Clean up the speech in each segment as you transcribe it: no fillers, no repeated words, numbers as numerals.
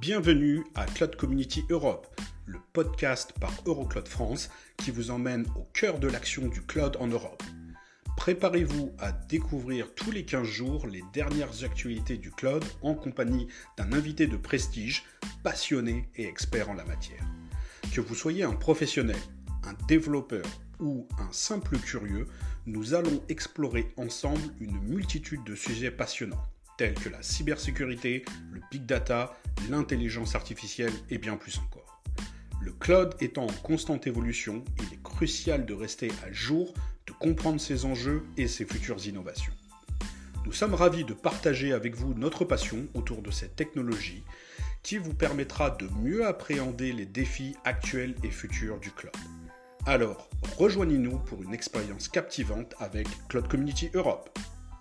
Bienvenue à Cloud Community Europe, le podcast par Eurocloud France qui vous emmène au cœur de l'action du cloud en Europe. Préparez-vous à découvrir tous les 15 jours les dernières actualités du cloud en compagnie d'un invité de prestige, passionné et expert en la matière. Que vous soyez un professionnel, un développeur ou un simple curieux, nous allons explorer ensemble une multitude de sujets passionnants, tels que la cybersécurité, le big data, l'intelligence artificielle et bien plus encore. Le cloud étant en constante évolution, il est crucial de rester à jour, de comprendre ses enjeux et ses futures innovations. Nous sommes ravis de partager avec vous notre passion autour de cette technologie qui vous permettra de mieux appréhender les défis actuels et futurs du cloud. Alors, rejoignez-nous pour une expérience captivante avec Cloud Community Europe.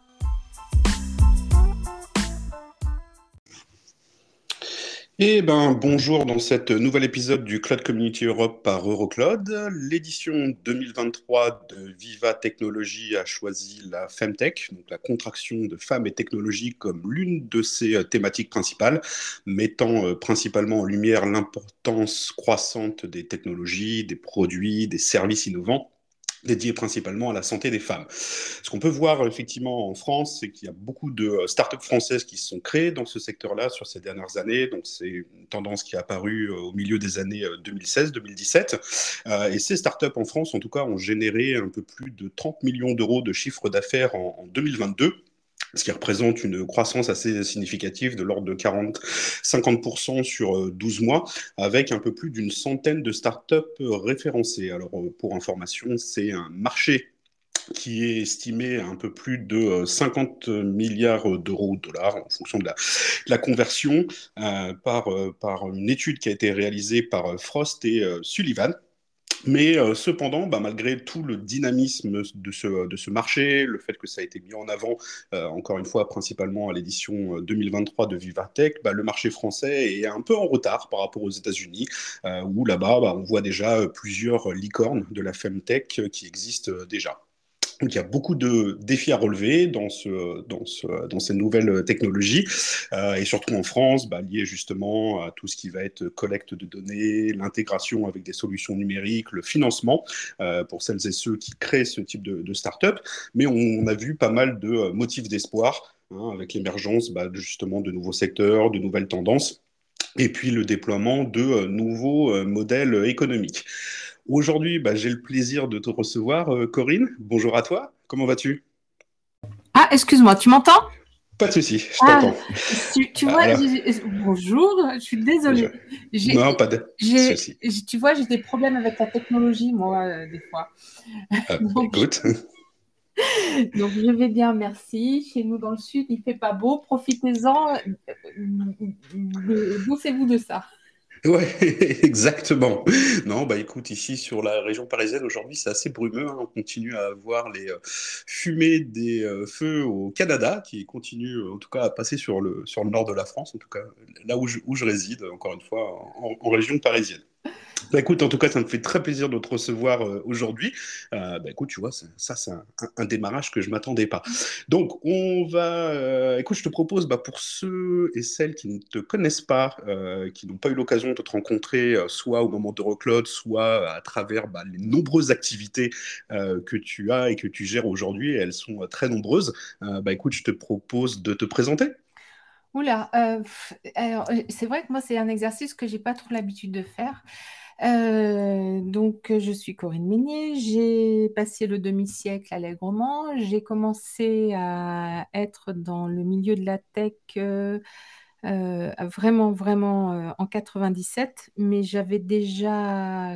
Bonjour dans cet nouvel épisode du Cloud Community Europe par Eurocloud. L'édition 2023 de Viva Technologies a choisi la Femtech, donc la contraction de femmes et technologies, comme l'une de ses thématiques principales, mettant principalement en lumière l'importance croissante des technologies, des produits, des services innovants, dédié principalement à la santé des femmes. Ce qu'on peut voir effectivement en France, c'est qu'il y a beaucoup de startups françaises qui se sont créées dans ce secteur-là sur ces dernières années. Donc c'est une tendance qui est apparue au milieu des années 2016-2017. Et ces startups en France, en tout cas, ont généré un peu plus de 30 millions d'euros de chiffre d'affaires en 2022. Ce qui représente une croissance assez significative de l'ordre de 40-50% sur 12 mois, avec un peu plus d'une centaine de startups référencées. Alors, pour information, c'est un marché qui est estimé à un peu plus de 50 milliards d'euros ou de dollars en fonction de la conversion par une étude qui a été réalisée par Frost et Sullivan. Mais cependant, malgré tout le dynamisme de ce marché, le fait que ça a été mis en avant, encore une fois, principalement à l'édition 2023 de Vivatech, le marché français est un peu en retard par rapport aux États-Unis, où là-bas, on voit déjà plusieurs licornes de la Femtech qui existent déjà. Donc, il y a beaucoup de défis à relever dans ces nouvelles technologies, et surtout en France, liés justement à tout ce qui va être collecte de données, l'intégration avec des solutions numériques, le financement pour celles et ceux qui créent ce type de start-up. Mais on a vu pas mal de motifs d'espoir avec l'émergence justement de nouveaux secteurs, de nouvelles tendances, et puis le déploiement de nouveaux modèles économiques. Aujourd'hui, j'ai le plaisir de te recevoir, Corinne. Bonjour à toi. Comment vas-tu? Ah, excuse-moi, tu m'entends? Pas de souci, je Ah, t'entends. tu vois, Alors, bonjour, je suis je- désolée. non, pas de souci. Tu vois, j'ai des problèmes avec la technologie, moi, des fois. Donc, Écoute, donc, je vais bien, merci. Chez nous, dans le sud, il fait pas beau. Profitez-en. Doucez-vous de ça. ouais, exactement. Non, écoute, ici sur la région parisienne aujourd'hui, c'est assez brumeux, hein. On continue à avoir les fumées des feux au Canada qui continuent en tout cas à passer sur le nord de la France, en tout cas là où je réside, encore une fois, en région parisienne. Écoute, en tout cas, ça me fait très plaisir de te recevoir aujourd'hui. Écoute, tu vois, ça c'est un démarrage que je m'attendais pas. Donc, on va. Écoute, je te propose, pour ceux et celles qui ne te connaissent pas, qui n'ont pas eu l'occasion de te rencontrer, soit au moment d'Eurocloud, soit à travers les nombreuses activités que tu as et que tu gères aujourd'hui, et elles sont très nombreuses. Écoute, je te propose de te présenter. Oula, alors, c'est vrai que moi, c'est un exercice que j'ai pas trop l'habitude de faire. Je suis Corinne Meignier, j'ai passé le demi-siècle allègrement. J'ai commencé à être dans le milieu de la tech vraiment, vraiment en 97, mais j'avais déjà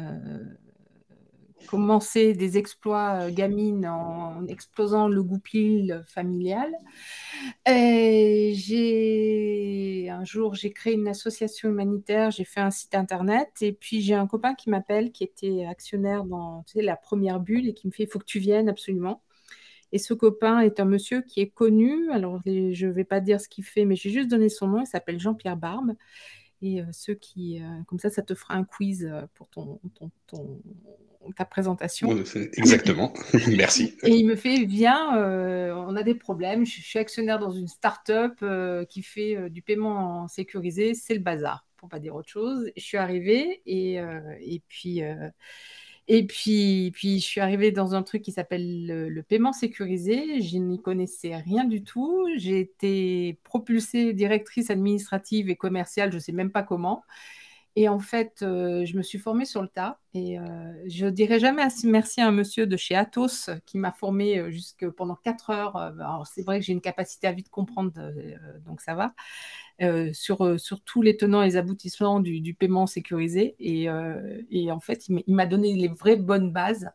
commencé des exploits gamines en explosant le goupil familial. Un jour, j'ai créé une association humanitaire, j'ai fait un site internet et puis j'ai un copain qui m'appelle, qui était actionnaire dans, tu sais, la première bulle et qui me fait, il faut que tu viennes absolument. Et ce copain est un monsieur qui est connu. Alors, je ne vais pas dire ce qu'il fait, mais j'ai juste donné son nom. Il s'appelle Jean-Pierre Barbe. Et ceux qui, comme ça te fera un quiz pour ta présentation. Exactement. Merci. Et il me fait, viens, on a des problèmes. Je suis actionnaire dans une start-up qui fait du paiement sécurisé. C'est le bazar, pour pas dire autre chose. Je suis arrivée et puis, je suis arrivée dans un truc qui s'appelle le paiement sécurisé. Je n'y connaissais rien du tout. J'ai été propulsée directrice administrative et commerciale, je ne sais même pas comment. Et en fait, je me suis formée sur le tas. Et je dirai jamais assez merci à un monsieur de chez Atos qui m'a formée jusque pendant 4 heures. Alors, c'est vrai que j'ai une capacité à vite comprendre, donc ça va. Sur tous les tenants et les aboutissements du paiement sécurisé. Et en fait, il m'a donné les vraies bonnes bases.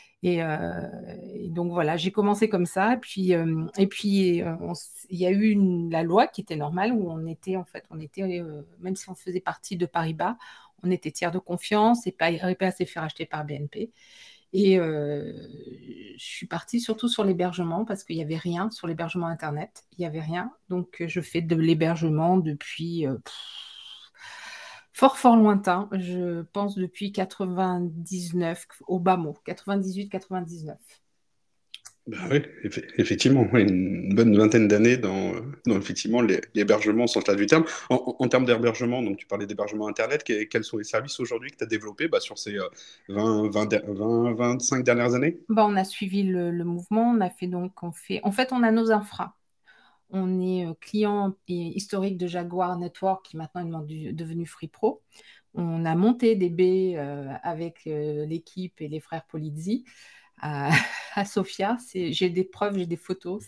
Et donc voilà, j'ai commencé comme ça. Et puis, il y a eu la loi qui était normale où on était, en fait, même si on faisait partie de Paribas, on était tiers de confiance et Paribas s'est fait racheter par BNP. Et je suis partie surtout sur l'hébergement parce qu'il n'y avait rien sur l'hébergement Internet. Il n'y avait rien. Donc, je fais de l'hébergement depuis fort, fort lointain. Je pense depuis 99, au bas mot, 98-99. Bah oui, effectivement, ouais, une bonne vingtaine d'années dans effectivement l'hébergement au sens là du terme. En termes d'hébergement, donc tu parlais d'hébergement Internet, quels sont les services aujourd'hui que tu as développés bah, sur ces 25 dernières années? Bah, on a suivi le mouvement. En fait, on a nos infras. On est client historique de Jaguar Network qui maintenant est devenu Free Pro. On a monté des baies avec l'équipe et les frères Polizzi à, à Sofia. J'ai des preuves, j'ai des photos.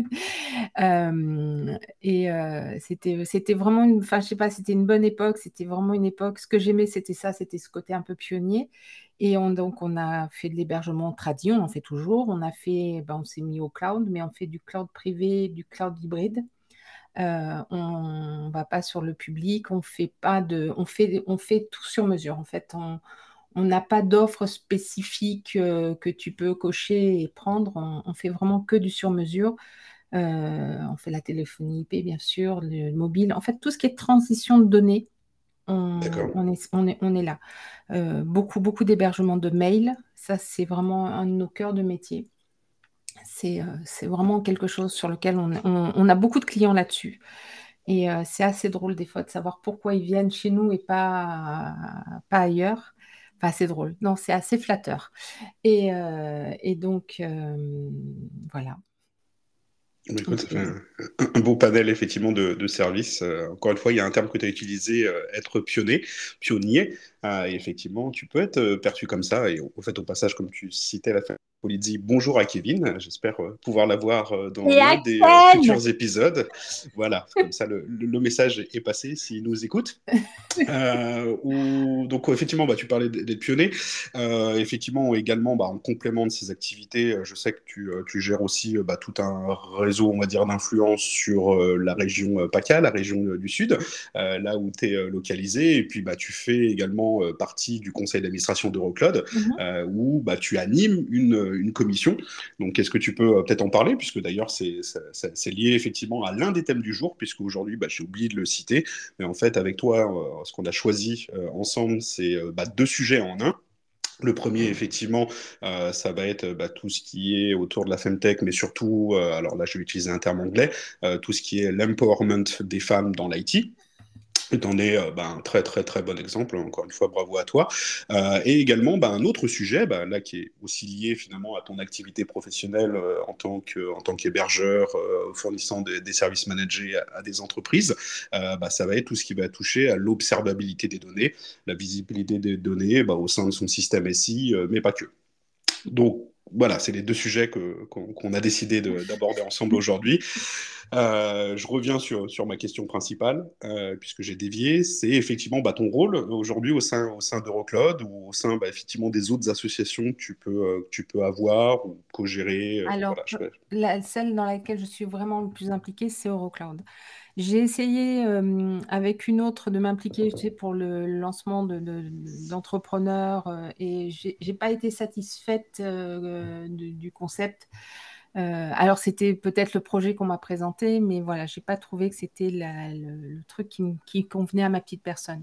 C'était vraiment enfin, je sais pas, c'était une bonne époque. C'était vraiment une époque. Ce que j'aimais, c'était ça, c'était ce côté un peu pionnier. Et donc, on a fait de l'hébergement tradit, on en fait toujours. On s'est mis au cloud, mais on fait du cloud privé, du cloud hybride. On va pas sur le public, on fait tout sur mesure. En fait, on n'a pas d'offre spécifique que tu peux cocher et prendre. On fait vraiment que du sur mesure. On fait la téléphonie IP, bien sûr, le mobile. En fait, tout ce qui est transition de données, D'accord. on est là. Beaucoup, beaucoup d'hébergement de mails. Ça, c'est vraiment un de nos cœurs de métier. C'est vraiment quelque chose sur lequel on a beaucoup de clients là-dessus. Et c'est assez drôle des fois de savoir pourquoi ils viennent chez nous et pas ailleurs. Enfin, c'est drôle. Non, c'est assez flatteur. Et donc, voilà. Bah, écoute, ça fait Et- un beau panel effectivement de services. Encore une fois, il y a un terme que tu as utilisé, être pionnier. Et effectivement, tu peux être perçu comme ça. Et au fait, au passage, comme tu citais la fin, dit bonjour à Kevin. J'espère pouvoir l'avoir dans Et l'un à des Ken. futurs épisodes. Voilà, comme ça le message est passé s'il nous écoute. Donc effectivement, bah, tu parlais d'être pionnier. Effectivement, également, bah, en complément de ces activités, je sais que tu gères aussi bah, tout un réseau, on va dire, d'influence sur la région PACA, la région du Sud, là où tu es localisé. Et puis, bah, tu fais également partie du conseil d'administration d'Eurocloud, Mhm. où bah, tu animes une commission. Donc, est-ce que tu peux peut-être en parler, puisque d'ailleurs, c'est lié effectivement à l'un des thèmes du jour, puisque aujourd'hui, bah, j'ai oublié de le citer, mais en fait, avec toi, ce qu'on a choisi ensemble, c'est bah, deux sujets en un. Le premier, effectivement, ça va être bah, tout ce qui est autour de la femtech, mais surtout, alors là, je vais utiliser un terme anglais, tout ce qui est l'empowerment des femmes dans l'IT. Et t'en es bah, un très très très bon exemple, encore une fois bravo à toi. Et également bah, un autre sujet, bah, là qui est aussi lié finalement à ton activité professionnelle en tant qu'hébergeur, fournissant des services managés à des entreprises, bah, ça va être tout ce qui va toucher à l'observabilité des données, la visibilité des données bah, au sein de son système SI, mais pas que. Donc voilà, c'est les deux sujets qu'on a décidé d'aborder ensemble aujourd'hui. Je reviens sur ma question principale, puisque j'ai dévié. C'est effectivement bah, ton rôle aujourd'hui au sein d'Eurocloud ou au sein bah, effectivement des autres associations que tu peux avoir ou co-gérer. Alors, Voilà, celle dans laquelle je suis vraiment le plus impliquée, c'est Eurocloud. J'ai essayé avec une autre de m'impliquer, tu sais, pour le lancement d'entrepreneurs et j'ai pas été satisfaite du concept. Alors, c'était peut-être le projet qu'on m'a présenté, mais voilà, j'ai pas trouvé que c'était le truc qui convenait à ma petite personne.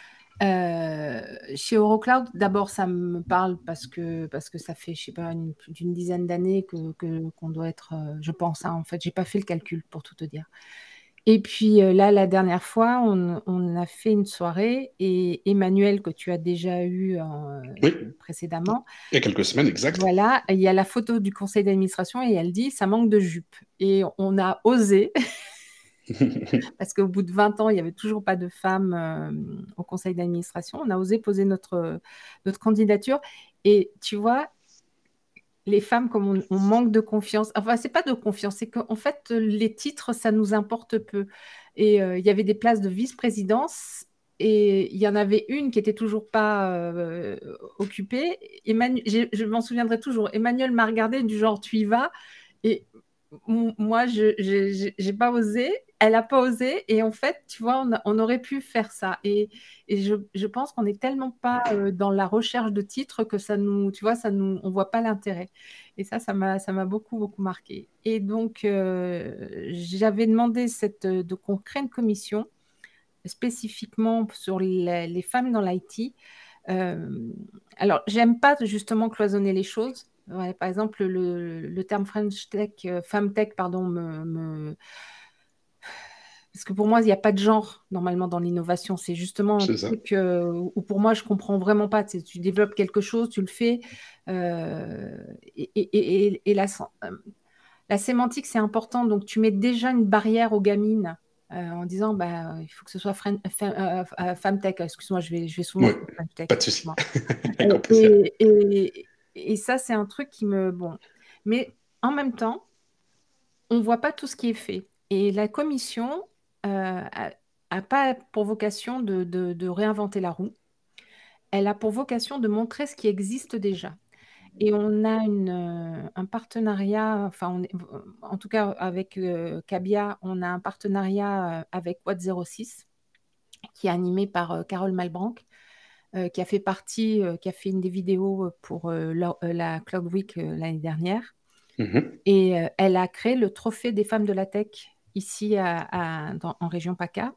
Chez Eurocloud, d'abord, ça me parle parce que ça fait, je sais pas, plus d'une dizaine d'années qu'on doit être, je pense, hein, en fait, j'ai pas fait le calcul pour tout te dire. Et puis là, la dernière fois, on a fait une soirée et Emmanuel, que tu as déjà eu Oui, précédemment, il y a quelques semaines, exact. voilà, il y a la photo du conseil d'administration et elle dit, ça manque de jupe. Et on a osé, parce qu'au bout de 20 ans, il n'y avait toujours pas de femmes au conseil d'administration. On a osé poser notre candidature. Et tu vois, les femmes, comme on manque de confiance, enfin, c'est pas de confiance, c'est qu'en fait, les titres, ça nous importe peu. Et il y avait des places de vice-présidence. Et il y en avait une qui était toujours pas occupée. Je m'en souviendrai toujours. Emmanuel m'a regardé du genre, tu y vas. Et moi, je j'ai pas osé, elle a pas osé, et en fait, tu vois, on aurait pu faire ça. Et je pense qu'on n'est tellement pas dans la recherche de titres que ça nous, tu vois, on voit pas l'intérêt. Et ça m'a beaucoup, beaucoup marqué. Et donc, j'avais demandé qu'on crée une commission spécifiquement sur les femmes dans l'IT. euh, alors, j'aime pas justement cloisonner les choses. Ouais, par exemple, le terme French Tech, femme tech, pardon, parce que pour moi, il n'y a pas de genre normalement dans l'innovation. C'est justement un C'est ça. truc où pour moi, je comprends vraiment pas. Tu développes quelque chose, tu le fais. Et la sémantique, c'est important. Donc, tu mets déjà une barrière aux gamines en disant, bah, il faut que ce soit femme tech. Excuse-moi, je vais souvent Oui, dire French tech. pas de souci. Excuse-moi. Avec grand plaisir. Et ça, c'est un truc qui me... Bon. Mais en même temps, on ne voit pas tout ce qui est fait. Et la commission a pas pour vocation de réinventer la roue. Elle a pour vocation de montrer ce qui existe déjà. Et on a un partenariat, enfin, en tout cas avec Cabia, on a un partenariat avec Watt06, qui est animé par Carole Malbranck, qui a fait partie, qui a fait une des vidéos pour la Cloud Week l'année dernière. Mhm. Et elle a créé le trophée des femmes de la tech ici en région PACA.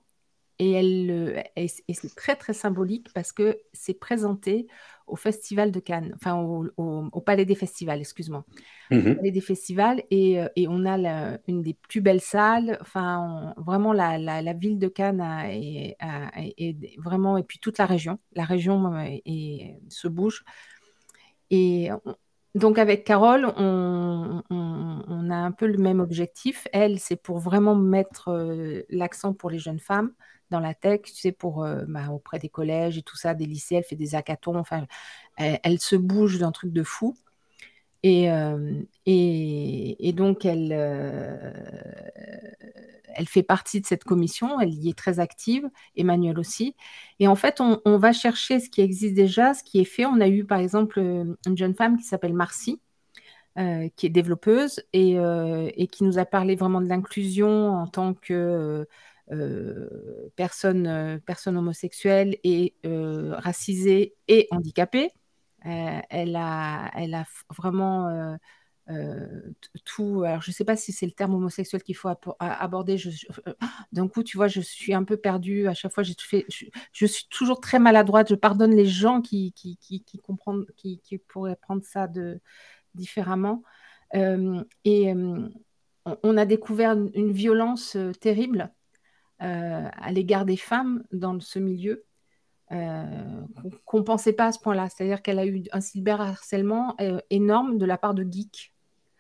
Et c'est très, très symbolique parce que c'est présenté au Festival de Cannes, enfin au Palais des Festivals, excuse-moi. Au Mhm. Palais des Festivals, et on a une des plus belles salles. Enfin, vraiment, la ville de Cannes est vraiment, et puis toute la région se bouge. Et donc avec Carole, on a un peu le même objectif. Elle, c'est pour vraiment mettre l'accent pour les jeunes femmes dans la tech, tu sais, auprès des collèges et tout ça, des lycées. Elle fait des hackathons. Enfin, elle se bouge d'un truc de fou. Et donc, elle fait partie de cette commission, elle y est très active, Emmanuel aussi. Et en fait, on va chercher ce qui existe déjà, ce qui est fait. On a eu, par exemple, une jeune femme qui s'appelle Marcy, qui est développeuse et qui nous a parlé vraiment de l'inclusion en tant que personne homosexuelle et racisée et handicapée. Elle a vraiment tout. Alors, je ne sais pas si c'est le terme homosexuel qu'il faut aborder. D'un coup, tu vois, je suis un peu perdue. À chaque fois, je suis toujours très maladroite. Je pardonne les gens qui comprennent, qui pourraient prendre ça différemment. On a découvert une violence terrible à l'égard des femmes dans ce milieu. Qu'on ne pensait pas à ce point-là. C'est-à-dire qu'elle a eu un cyberharcèlement énorme de la part de geeks.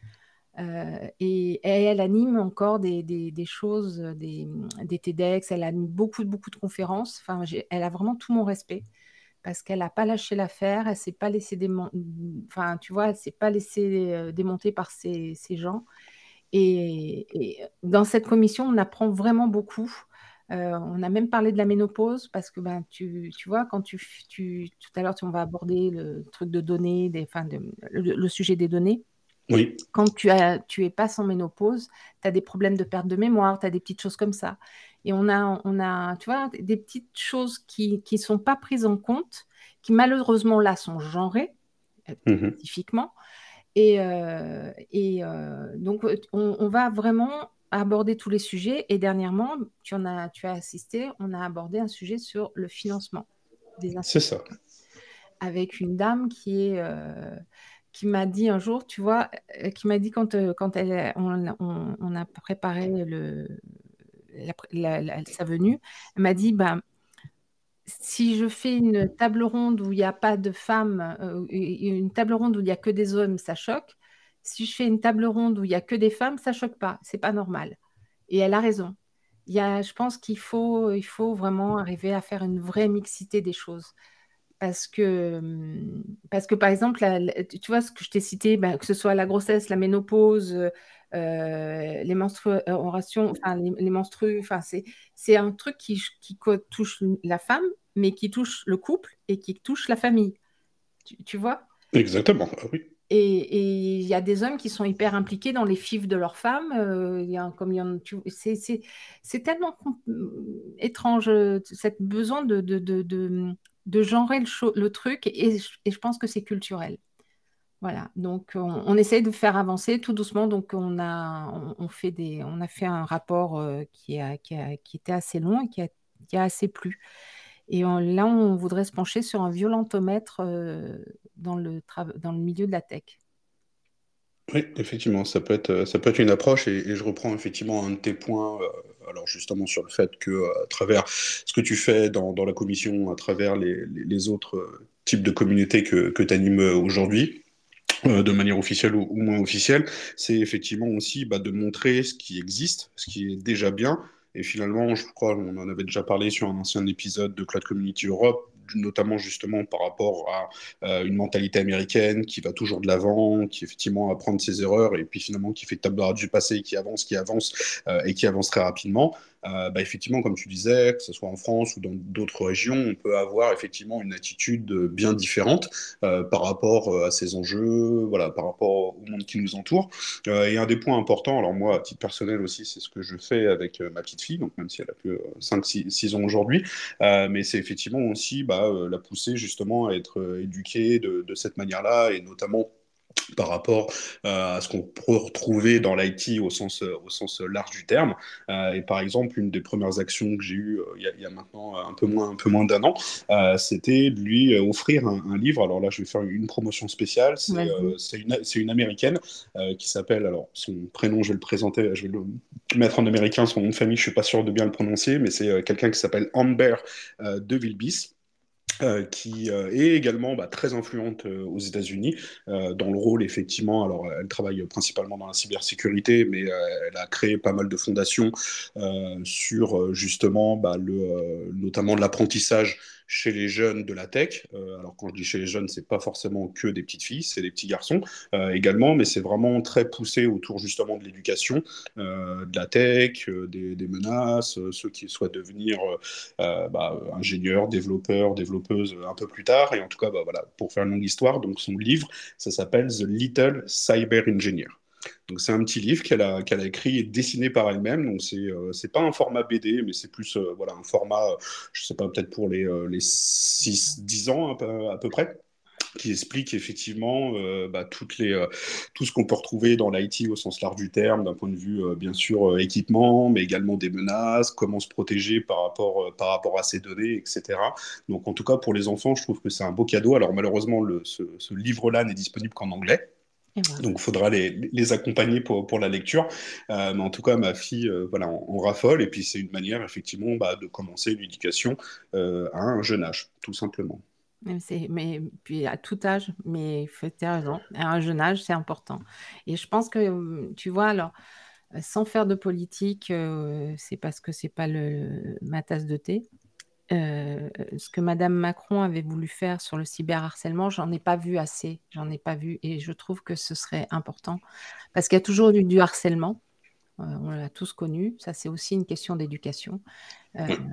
Et elle anime encore des choses, des TEDx, elle anime beaucoup, beaucoup de conférences. Enfin, elle a vraiment tout mon respect parce qu'elle n'a pas lâché l'affaire, elle s'est pas laissée enfin, tu vois, elle s'est pas laissée démonter par ces gens. Et dans cette commission, on apprend vraiment beaucoup. On a même parlé de la ménopause parce que ben, tu vois, quand tout à l'heure, on va aborder le truc de données, enfin, le sujet des données. Oui. Quand tu es pas en ménopause, tu as des problèmes de perte de mémoire, tu as des petites choses comme ça. Et on a, tu vois, des petites choses qui ne sont pas prises en compte, qui malheureusement là sont genrées, Mhm. spécifiquement. Donc, on va vraiment aborder tous les sujets. Et dernièrement, tu as assisté, on a abordé un sujet sur le financement des C'est ça. institutions avec une dame qui m'a dit un jour, tu vois, qui m'a dit quand on a préparé sa venue, elle m'a dit, ben, si je fais une table ronde où il n'y a pas de femmes, et une table ronde où il n'y a que des hommes, ça choque. Si je fais une table ronde où il n'y a que des femmes, ça choque pas. C'est pas normal. Et elle a raison. Je pense il faut vraiment arriver à faire une vraie mixité des choses. Parce que par exemple, tu vois ce que je t'ai cité, ben, que ce soit la grossesse, la ménopause, les menstruations, enfin les menstrues, enfin c'est un truc qui touche la femme, mais qui touche le couple et qui touche la famille. Tu vois? Exactement. Ah oui. Et il y a des hommes qui sont hyper impliqués dans les fifs de leurs femmes. Il y a, comme il y en, c'est tellement étrange, cette besoin de genrer le truc. Et je pense que c'est culturel. Voilà. Donc, on essaye de faire avancer tout doucement. Donc, on a fait un rapport qui était assez long et qui a assez plu. Là, on voudrait se pencher sur un violentomètre dans le milieu de la tech. Oui, effectivement, ça peut être une approche et je reprends effectivement un de tes points, alors justement sur le fait que à travers ce que tu fais dans la commission, à travers les autres types de communautés que tu animes aujourd'hui, de manière officielle ou moins officielle, c'est effectivement aussi bah, de montrer ce qui existe, ce qui est déjà bien. Et finalement, je crois, on en avait déjà parlé sur un ancien épisode de Cloud Community Europe, notamment justement par rapport à une mentalité américaine qui va toujours de l'avant, qui effectivement apprend de ses erreurs et puis finalement qui fait table rase du passé, qui avance et qui avance très rapidement. Bah, effectivement, comme tu disais, que ce soit en France ou dans d'autres régions, on peut avoir effectivement une attitude bien différente par rapport à ces enjeux, voilà, par rapport au monde qui nous entoure. Et un des points importants, alors moi, à titre personnel aussi, c'est ce que je fais avec ma petite fille, donc même si elle a que 5-6 ans aujourd'hui, mais c'est effectivement aussi bah, la pousser justement à être éduquée de cette manière-là, et notamment par rapport à ce qu'on peut retrouver dans l'IT au sens large du terme. Et par exemple, une des premières actions que j'ai eues il y a maintenant un peu moins d'un an, c'était de lui offrir un livre. Alors là, je vais faire une promotion spéciale. Vas-y. C'est une américaine qui s'appelle, alors son prénom, je vais le présenter, je vais le mettre en américain, son nom de famille, je suis pas sûr de bien le prononcer, mais c'est quelqu'un qui s'appelle Amber de Vilbis, qui est également bah, très influente aux États-Unis dans le rôle effectivement. Alors elle travaille principalement dans la cybersécurité, mais elle a créé pas mal de fondations sur justement bah, notamment l'apprentissage chez les jeunes de la tech. Alors quand je dis chez les jeunes, c'est pas forcément que des petites filles, c'est des petits garçons également, mais c'est vraiment très poussé autour justement de l'éducation, de la tech, des menaces, ceux qui souhaitent devenir bah, ingénieur, développeur, développeuse un peu plus tard. Et en tout cas, bah, voilà, pour faire une longue histoire, donc son livre, ça s'appelle The Little Cyber Engineer. Donc c'est un petit livre qu'elle a écrit et dessiné par elle-même. Donc c'est pas un format BD, mais c'est plus voilà un format, je sais pas, peut-être pour les 6-10 ans à peu près, qui explique effectivement bah, tout ce qu'on peut retrouver dans l'IT au sens large du terme, d'un point de vue bien sûr équipement, mais également des menaces, comment se protéger par rapport à ces données, etc. Donc en tout cas pour les enfants, je trouve que c'est un beau cadeau. Alors malheureusement, ce livre-là n'est disponible qu'en anglais. Et voilà. Donc, il faudra les accompagner pour la lecture. Mais en tout cas, ma fille, voilà, on raffole. Et puis, c'est une manière, effectivement, bah, de commencer l'éducation à un jeune âge, tout simplement. Mais puis à tout âge, mais tu as raison, à un jeune âge, c'est important. Et je pense que, tu vois, alors, sans faire de politique, c'est parce que c'est pas ma tasse de thé. Ce que Madame Macron avait voulu faire sur le cyberharcèlement, j'en ai pas vu assez, j'en ai pas vu, et je trouve que ce serait important parce qu'il y a toujours eu du harcèlement. On l'a tous connu, ça c'est aussi une question d'éducation. Euh, Ouais.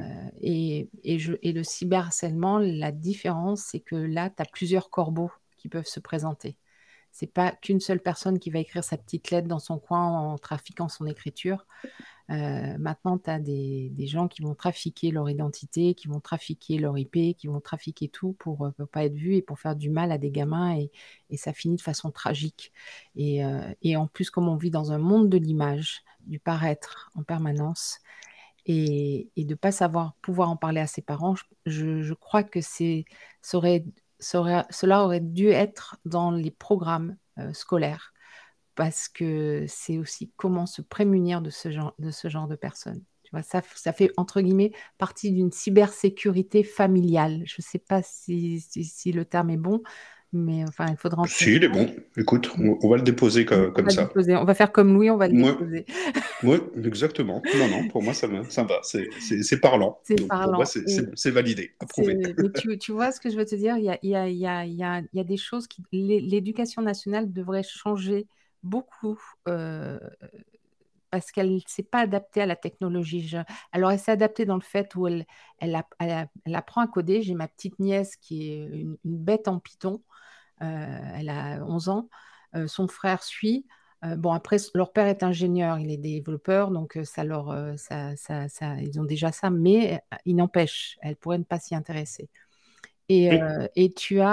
et le cyberharcèlement, la différence, c'est que là, tu as plusieurs corbeaux qui peuvent se présenter. C'est pas qu'une seule personne qui va écrire sa petite lettre dans son coin en trafiquant son écriture. Maintenant, tu as des gens qui vont trafiquer leur identité, qui vont trafiquer leur IP, qui vont trafiquer tout pour ne pas être vus et pour faire du mal à des gamins et ça finit de façon tragique. Et en plus, comme on vit dans un monde de l'image, du paraître en permanence, et de ne pas savoir pouvoir en parler à ses parents, je crois que ça aurait, cela aurait dû être dans les programmes scolaires parce que c'est aussi comment se prémunir de ce genre de personnes. Tu vois, ça fait, entre guillemets, partie d'une cybersécurité familiale. Je ne sais pas si le terme est bon, mais enfin, il faudra en Si, il est bon. Écoute, on va le déposer on comme va le ça. déposer. On va faire comme Louis, on va le Moi, déposer. ouais, exactement. Non, non, pour moi, ça me va. C'est parlant. C'est Donc, pour moi, parlant. c'est bon, c'est validé, approuvé. Mais tu vois ce que je veux te dire? Il y a des choses qui... L'éducation nationale devrait changer beaucoup parce qu'elle ne s'est pas adaptée à la technologie. Alors, elle s'est adaptée dans le fait où elle apprend à coder. J'ai ma petite nièce qui est une bête en Python. Elle a 11 ans. Son frère suit. Bon, après, leur père est ingénieur, il est développeur, donc ils ont déjà ça, mais il n'empêche, elle pourrait ne pas s'y intéresser. Oui, Et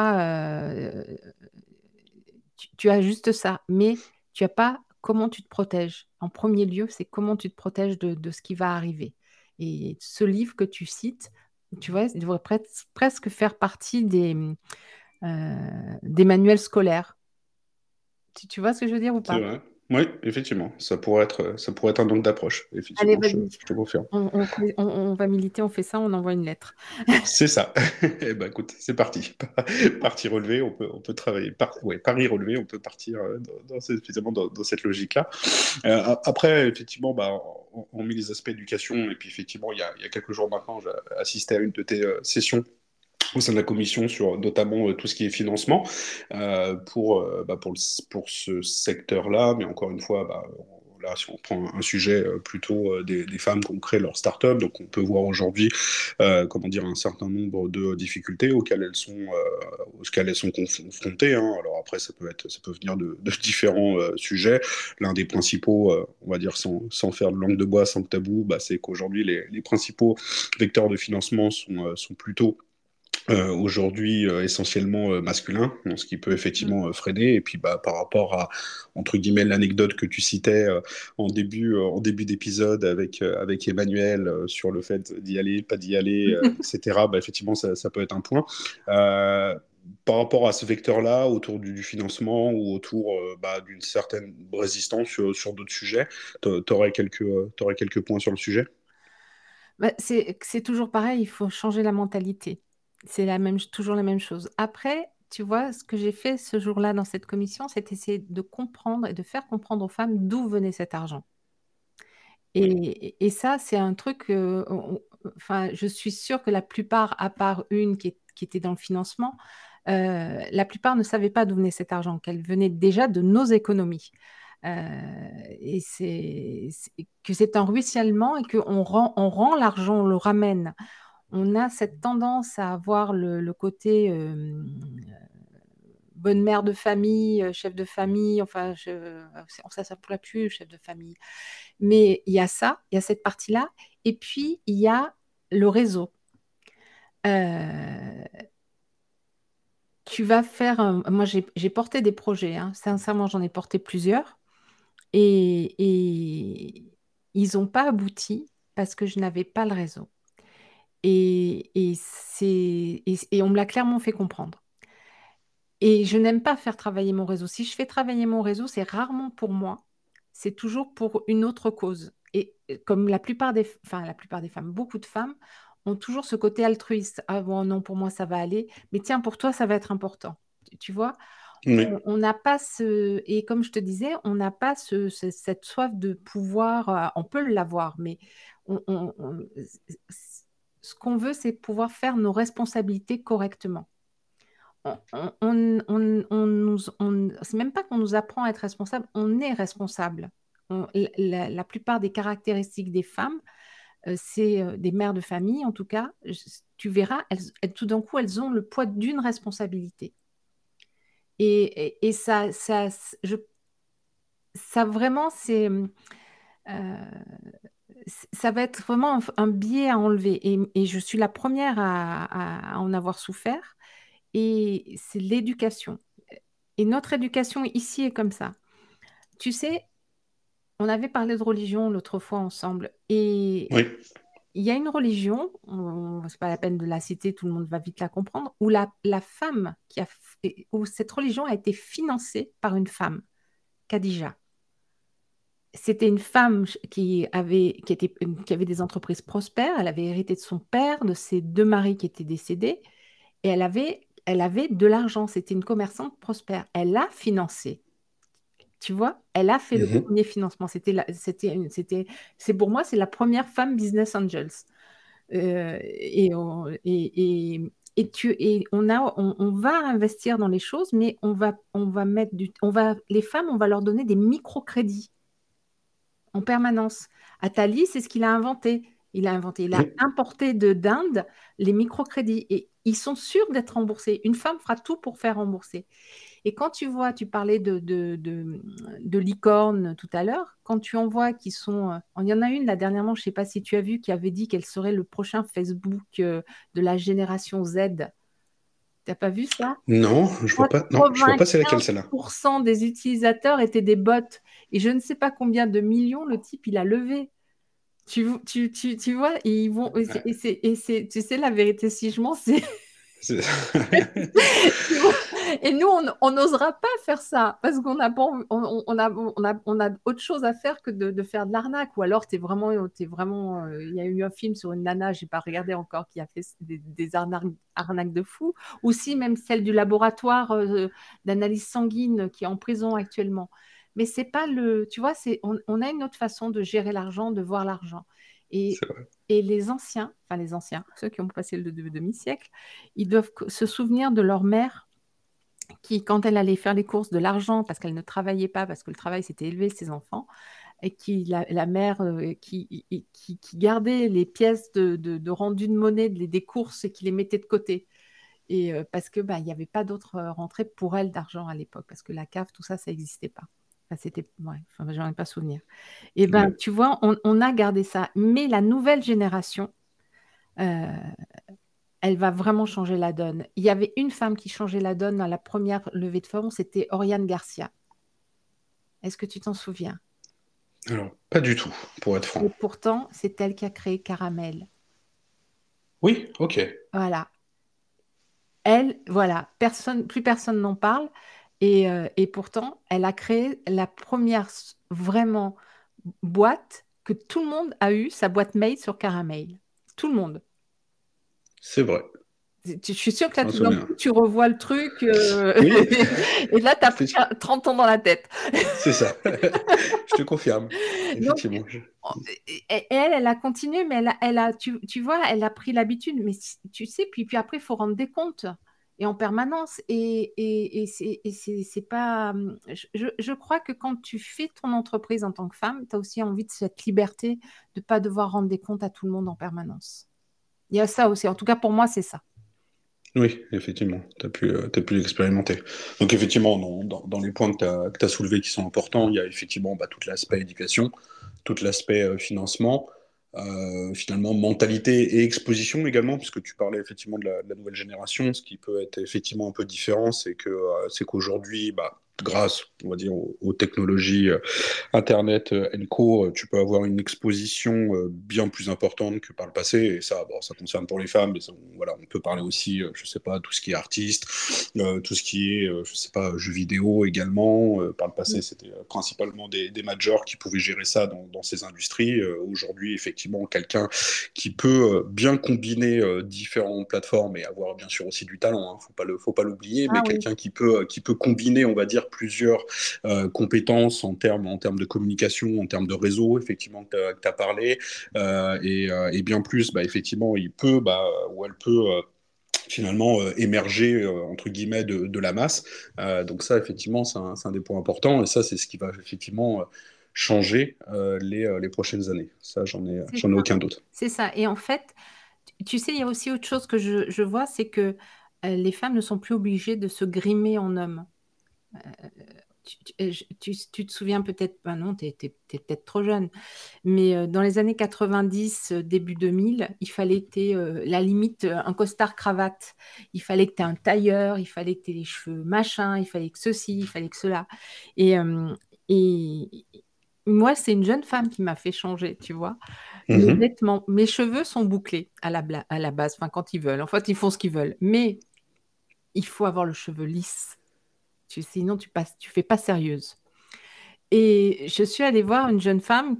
tu as juste ça, mais tu n'as pas comment tu te protèges. En premier lieu, c'est comment tu te protèges de ce qui va arriver. Et ce livre que tu cites, tu vois, il devrait presque faire partie des manuels scolaires. Tu vois ce que je veux dire ou c'est pas? vrai. Oui, effectivement, ça pourrait être un angle d'approche. Allez, Effectivement, vas-y. je te confirme. On va militer, on fait ça, on envoie une lettre. C'est ça. Eh ben, écoute, c'est parti. Partie relevée, on peut travailler. Ouais, pari relevé, on peut partir évidemment, dans cette logique-là. Après, effectivement, bah, on met les aspects éducation. Et puis, effectivement, il y a quelques jours maintenant, j'ai assisté à une de tes sessions au sein de la commission sur notamment tout ce qui est financement pour ce secteur-là. Mais encore une fois, bah, là, si on prend un sujet plutôt des femmes qui ont créé leur start-up, donc on peut voir aujourd'hui comment dire, un certain nombre de difficultés auxquelles elles sont confrontées, hein. Alors après, ça peut venir de différents sujets. L'un des principaux, on va dire sans faire de langue de bois, sans tabou, bah, c'est qu'aujourd'hui, les principaux vecteurs de financement sont plutôt aujourd'hui essentiellement masculin, donc ce qui peut Mm. effectivement freiner. Et puis bah, par rapport à, entre guillemets, l'anecdote que tu citais en début d'épisode avec Emmanuel sur le fait d'y aller, pas d'y aller, etc., bah, effectivement, ça peut être un point. Euh, Par rapport à ce vecteur-là, autour du financement ou autour bah, d'une certaine résistance sur d'autres sujets, t'aurais quelques points sur le sujet? Bah, c'est toujours pareil, il faut changer la mentalité. C'est toujours la même chose. Après, tu vois, ce que j'ai fait ce jour-là dans cette commission, c'est essayer de comprendre et de faire comprendre aux femmes d'où venait cet argent. Oui. Et ça, c'est un truc, enfin, je suis sûre que la plupart, à part une qui était dans le financement, la plupart ne savaient pas d'où venait cet argent, qu'elle venait déjà de nos économies. Et que c'est un ruissellement et on rend l'argent, on le ramène. On a cette tendance à avoir le côté bonne mère de famille, chef de famille, enfin, ça ne pourrait plus, chef de famille. Mais il y a ça, il y a cette partie-là, et puis il y a le réseau. Euh, Tu vas faire moi, j'ai porté des projets, hein. Sincèrement, j'en ai porté plusieurs, et ils n'ont pas abouti parce que je n'avais pas le réseau. Et on me l'a clairement fait comprendre. Et je n'aime pas faire travailler mon réseau. Si je fais travailler mon réseau, c'est rarement pour moi, c'est toujours pour une autre cause. Et comme la plupart des femmes, beaucoup de femmes ont toujours ce côté altruiste. Ah bon, non, pour moi, ça va aller. Mais tiens, pour toi, ça va être important. Tu vois, Oui. on n'a pas et comme je te disais, on n'a pas cette soif de pouvoir. On peut l'avoir, mais ce qu'on veut, c'est pouvoir faire nos responsabilités correctement. C'est même pas qu'on nous apprend à être responsable, on est responsable. La plupart des caractéristiques des femmes, c'est des mères de famille, en tout cas, tu verras, tout d'un coup, elles ont le poids d'une responsabilité. Et ça vraiment, c'est ça va être vraiment un biais à enlever. Et je suis la première à en avoir souffert. Et c'est l'éducation. Et notre éducation ici est comme ça. Tu sais, on avait parlé de religion l'autre fois ensemble. Et Oui. il y a une religion, c'est pas la peine de la citer, tout le monde va vite la comprendre, où la femme où cette religion a été financée par une femme, Khadija. C'était une femme qui avait des entreprises prospères. Elle avait hérité de son père, de ses deux maris qui étaient décédés, et elle avait de l'argent. C'était une commerçante prospère. Elle a financé. Tu vois, elle a fait le Mhm. premier financement. C'est pour moi, c'est la première femme business angels. Et on va investir dans les choses, mais les femmes, on va leur donner des microcrédits en permanence. Attali, c'est ce qu'il a inventé. Il a Oui. importé d'Inde les microcrédits et ils sont sûrs d'être remboursés. Une femme fera tout pour faire rembourser. Et quand tu vois, tu parlais de licorne tout à l'heure, quand tu en vois qui sont. Il y en a une là dernièrement, je ne sais pas si tu as vu, qui avait dit qu'elle serait le prochain Facebook de la génération Z. T'as pas vu ça? Non, je vois pas. Non, je vois pas c'est laquelle celle-là. 95% des utilisateurs étaient des bots. Et je ne sais pas combien de millions le type il a levé. Tu vois, et ils vont. Ouais. Tu sais, la vérité, si je mens, c'est. C'est- Et nous, on n'osera pas faire ça parce qu'on a, pas envie- on a autre chose à faire que de faire de l'arnaque. Ou alors, il y a eu un film sur une nana, j'ai pas regardé encore, qui a fait des arnaques de fou. Ou si même celle du laboratoire d'analyse sanguine qui est en prison actuellement. Mais c'est pas tu vois, on a une autre façon de gérer l'argent, de voir l'argent. Et, c'est vrai. et les anciens, ceux qui ont passé le demi-siècle, ils doivent se souvenir de leur mère qui, quand elle allait faire les courses, de l'argent parce qu'elle ne travaillait pas, parce que le travail c'était élever ses enfants, et la mère qui gardait les pièces de rendu de monnaie des courses et qui les mettait de côté. Et parce que il n'y avait pas d'autre rentrée pour elle d'argent à l'époque, parce que la cave, tout ça, ça n'existait pas. Enfin, j'en ai pas souvenir. Et ben, Ouais. tu vois, on a gardé ça. Mais la nouvelle génération, euh, elle va vraiment changer la donne. Il y avait une femme qui changeait la donne dans la première levée de fonds, c'était Oriane Garcia. Est-ce que tu t'en souviens? Alors, pas du tout, pour être franc. Et pourtant, c'est elle qui a créé Caramel. Oui, ok. Voilà. Elle, voilà, plus personne n'en parle. Et pourtant, elle a créé la première vraiment boîte que tout le monde a eu, sa boîte mail sur Caramel. Tout le monde. C'est vrai. Je suis sûre que Je là, m'en tout d'un souviens. coup, tu revois le truc Oui, et là, tu as pris effectivement, 30 ans dans la tête. c'est ça. Je te confirme. Donc, Effectivement. elle a continué, mais tu vois, elle a pris l'habitude. Mais tu sais, puis après, il faut rendre des comptes et en permanence. C'est pas. Je crois que quand tu fais ton entreprise en tant que femme, tu as aussi envie de cette liberté de ne pas devoir rendre des comptes à tout le monde en permanence. Il y a ça aussi. En tout cas, pour moi, c'est ça. Oui, effectivement, t'as pu l'expérimenter. Donc effectivement, dans les points que tu as soulevés qui sont importants, il y a effectivement tout l'aspect éducation, tout l'aspect financement, finalement mentalité et exposition également, puisque tu parlais effectivement de la nouvelle génération. Ce qui peut être effectivement un peu différent, c'est qu'aujourd'hui, grâce, on va dire, aux technologies Internet, Co, tu peux avoir une exposition bien plus importante que par le passé. Et ça, bon, ça concerne pour les femmes, mais voilà, on peut parler aussi, je sais pas, tout ce qui est artiste, tout ce qui est, je sais pas, jeux vidéo également. Par le passé, c'était principalement des majors qui pouvaient gérer ça dans ces industries. Aujourd'hui, effectivement, quelqu'un qui peut bien combiner différentes plateformes et avoir bien sûr aussi du talent, hein, faut pas l'oublier, Ah mais oui. quelqu'un qui peut combiner, on va dire, plusieurs compétences en termes de communication, en termes de réseau, effectivement, que tu as parlé, et bien plus, effectivement, il peut, ou elle peut finalement émerger entre guillemets de la masse. Donc ça, effectivement, c'est un des points importants, et ça, c'est ce qui va effectivement changer les prochaines années. Ça, C'est j'en ai ça. aucun doute. C'est ça. Et en fait, tu sais, il y a aussi autre chose que je vois, c'est que les femmes ne sont plus obligées de se grimer en homme. tu te souviens peut-être, ben non, t'es peut-être trop jeune, mais dans les années 90, début 2000, il fallait que tu aies la limite un costard cravate. Il fallait que tu aies un tailleur, il fallait que tu aies les cheveux machin, il fallait que ceci, il fallait que cela. Et, et moi, c'est une jeune femme qui m'a fait changer, tu vois. Mes Mhm. vêtements, mes cheveux sont bouclés à la base, enfin quand ils veulent. En fait, ils font ce qu'ils veulent. Mais il faut avoir le cheveu lisse. Sinon, tu fais pas sérieuse. Et je suis allée voir une jeune femme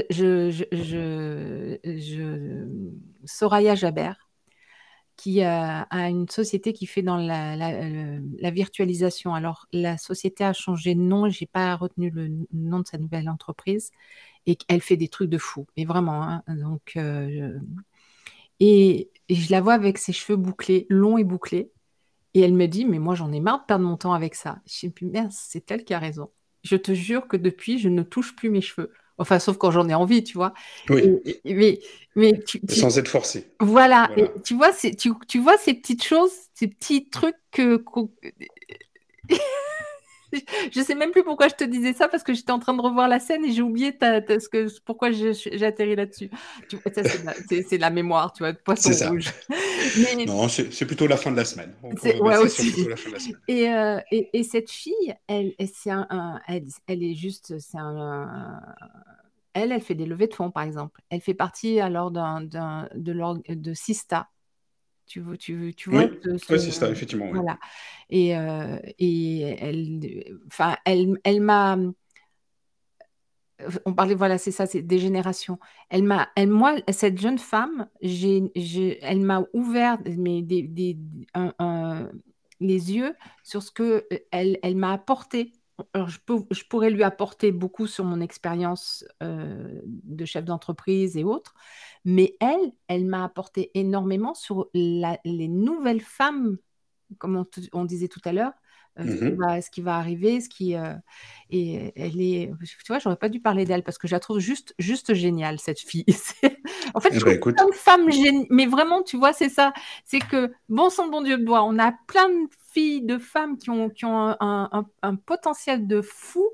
Soraya Jaber, qui a une société qui fait dans la virtualisation. Alors, la société a changé de nom, j'ai pas retenu le nom de sa nouvelle entreprise, et elle fait des trucs de fou, mais vraiment, hein. Donc, et je la vois avec ses cheveux bouclés, longs et bouclés, et elle me dit, mais moi, j'en ai marre de perdre mon temps avec ça. Je me dis, merde, c'est elle qui a raison. Je te jure que depuis, je ne touche plus mes cheveux. Enfin, sauf quand j'en ai envie, tu vois. Oui, Mais sans être forcé. voilà. Et Voilà. tu vois, tu vois ces petites choses, ces petits trucs je sais même plus pourquoi je te disais ça parce que j'étais en train de revoir la scène et j'ai oublié pourquoi j'ai atterri là-dessus. Ça, c'est la mémoire, tu vois, de poisson C'est ça. rouge. Mais Non, c'est plutôt la fin de la semaine. On peut ouais rester sur aussi. plutôt la fin de la semaine. Et cette fille, elle est juste, elle fait des levées de fonds, par exemple. Elle fait partie alors de Sista. Tu vois Oui, oui, c'est ça, effectivement, oui. voilà. Et enfin, elle m'a, on parlait, voilà, c'est ça, c'est des générations. Moi, cette jeune femme, elle m'a ouvert les yeux sur ce que elle m'a apporté. Alors, je pourrais lui apporter beaucoup sur mon expérience de chef d'entreprise et autres, mais elle m'a apporté énormément sur les nouvelles femmes, comme on disait tout à l'heure, Mhm. ce qui va arriver, et elle est, tu vois, j'aurais pas dû parler d'elle parce que je la trouve juste géniale, cette fille. En fait, je Eh ben trouve plein écoute, de femmes géniales, mais vraiment, tu vois, c'est ça. C'est que, bon sang de bon Dieu de bois, on a plein de filles, de femmes qui ont un potentiel de fou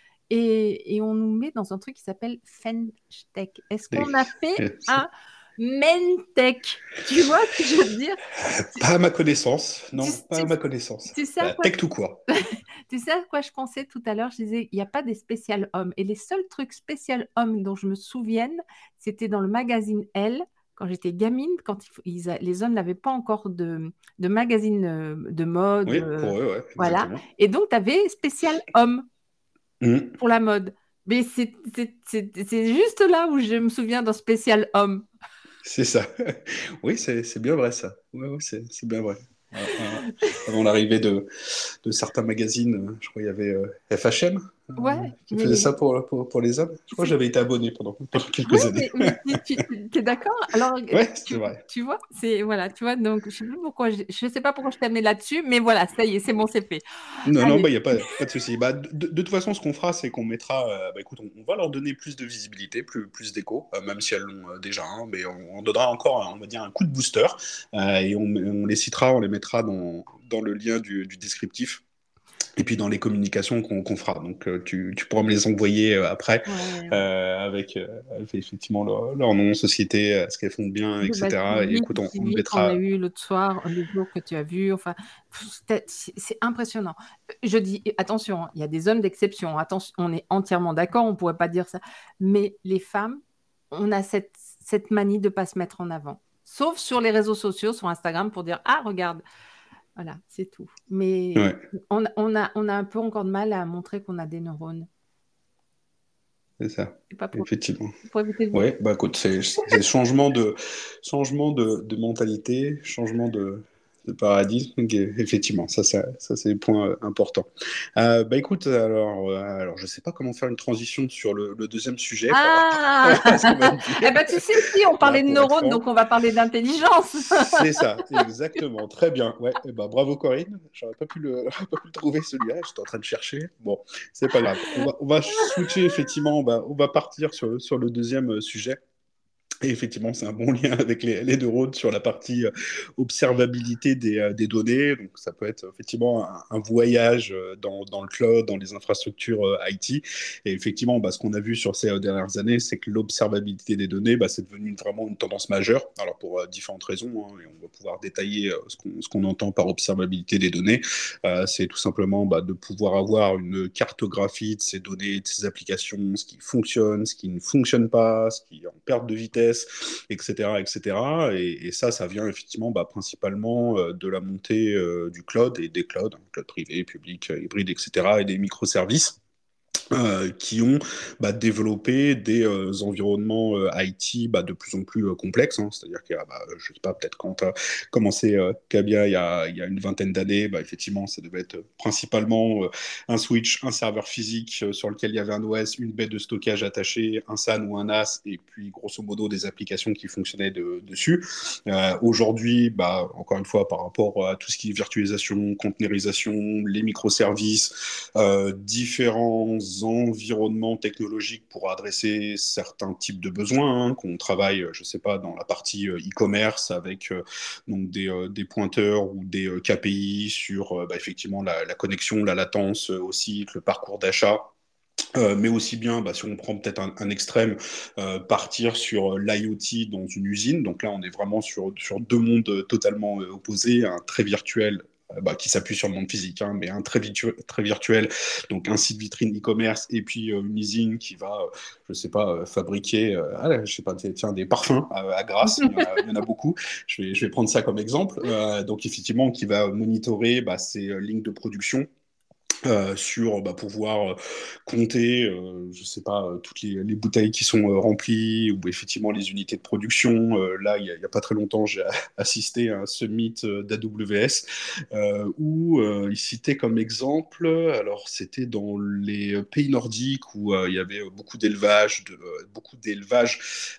et on nous met dans un truc qui s'appelle Fentech. Est-ce qu'on a fait un Mentech? Tu vois ce que je veux dire? Tu, pas à ma connaissance. tu, Non, pas à tu- ma connaissance. tu sais à quoi Tech tout court. tu sais à quoi je pensais tout à l'heure? Je disais, il n'y a pas des spécial hommes. Et les seuls trucs spécial hommes dont je me souvienne, c'était dans le magazine Elle, quand j'étais gamine, quand les hommes n'avaient pas encore de magazine de mode. Oui, pour eux, ouais, Voilà. exactement. Et donc, tu avais spécial homme Mhm. pour la mode. Mais c'est juste là où je me souviens d'un spécial homme. C'est ça. Oui, c'est bien vrai ça. Ouais, ouais, c'est bien vrai. Avant l'arrivée de certains magazines, je crois qu'il y avait FHM Ouais, qui faisait mais ça pour les hommes. Je crois que c'est j'avais été abonné pendant oui, quelques années. mais tu es d'accord? Alors, Ouais, c'est vrai. tu vois, voilà, tu vois, donc je sais plus pourquoi, je sais pas pourquoi je t'ai amené là-dessus, mais voilà, ça y est, c'est bon, c'est fait. Non, non, Allez, bah, il n'y a pas de souci. Bah, de toute façon, ce qu'on fera, c'est qu'on mettra, bah, écoute, on va leur donner plus de visibilité, plus d'écho, même si elles l'ont déjà, hein, mais on donnera encore, on va dire, un coup de booster, et on les citera, on les mettra dans le lien du descriptif. Et puis dans les communications qu'on fera. Donc tu pourras me les envoyer après ouais. avec effectivement leur nom, société, ce qu'elles font de bien, Le etc. Et écoute, on le suivi qu'on a mettra. eu l'autre soir, le jour que tu as vu, enfin, c'est impressionnant. Je dis, attention, hein, il y a des hommes d'exception, attention, on est entièrement d'accord, on pourrait pas dire ça, mais les femmes, on a cette manie de pas se mettre en avant. Sauf sur les réseaux sociaux, sur Instagram, pour dire, ah, regarde, voilà, c'est tout. Mais Ouais, on a un peu encore de mal à montrer qu'on a des neurones. c'est ça, C'est pas effectivement. pour éviter le Ouais, bah écoute, c'est changement de mentalité, changement de paradigme. Donc, effectivement, ça c'est le point important. Bah écoute, alors je sais pas comment faire une transition sur le deuxième sujet par Ah! rapport à ce qu'on vient de dire, Eh ben, tu sais, si on là, parlait de pour être neurones, franc. donc on va parler d'intelligence. C'est ça, exactement. Très bien. Ouais, eh ben, bravo Corinne. J'aurais pas pu j'aurais pas pu le trouver celui-là. J'étais en train de chercher. Bon, c'est pas grave. On va switcher effectivement. On va partir sur le deuxième sujet. Et effectivement, c'est un bon lien avec les deux rôles sur la partie observabilité des données. Donc, ça peut être effectivement un voyage dans le cloud, dans les infrastructures IT. Et effectivement, bah, ce qu'on a vu sur ces dernières années, c'est que l'observabilité des données, bah, c'est devenu vraiment une tendance majeure. Alors, pour différentes raisons, hein, et on va pouvoir détailler ce qu'on entend par observabilité des données. C'est tout simplement bah, de pouvoir avoir une cartographie de ces données, de ces applications, ce qui fonctionne, ce qui ne fonctionne pas, ce qui est en perte de vitesse, etc. etc. Et ça, ça vient effectivement bah, principalement de la montée du cloud et des clouds, hein, cloud privé, public, hybride, etc. et des microservices qui ont bah, développé des environnements IT bah, de plus en plus complexes. Hein. C'est-à-dire qu'il y a, bah, je sais pas, peut-être quand tu as commencé Cabia il y a une vingtaine d'années, bah, effectivement, ça devait être principalement un switch, un serveur physique sur lequel il y avait un OS, une baie de stockage attachée, un SAN ou un NAS, et puis grosso modo des applications qui fonctionnaient dessus. Aujourd'hui, bah, encore une fois, par rapport à tout ce qui est virtualisation, containerisation, les microservices, différents environnements technologiques pour adresser certains types de besoins, hein, qu'on travaille, je ne sais pas, dans la partie e-commerce avec donc des pointeurs ou des KPI sur bah, effectivement la connexion, la latence au site, le parcours d'achat. Mais aussi bien, bah, si on prend peut-être un extrême, partir sur l'IoT dans une usine. Donc là, on est vraiment sur deux mondes totalement opposés, un très virtuel bah, qui s'appuie sur le monde physique, hein, mais un très virtuel, donc un site vitrine e-commerce, et puis une usine qui va, je sais pas, fabriquer, je sais pas, tiens, des parfums à Grasse, il y en a beaucoup. Je vais prendre ça comme exemple. Donc effectivement, qui va monitorer bah, ces lignes de production sur bah, pouvoir compter, je sais pas, toutes les bouteilles qui sont remplies ou effectivement les unités de production. Là, il y a pas très longtemps, j'ai assisté à un summit d'AWS où il citait comme exemple, alors c'était dans les pays nordiques où il y avait beaucoup d'élevage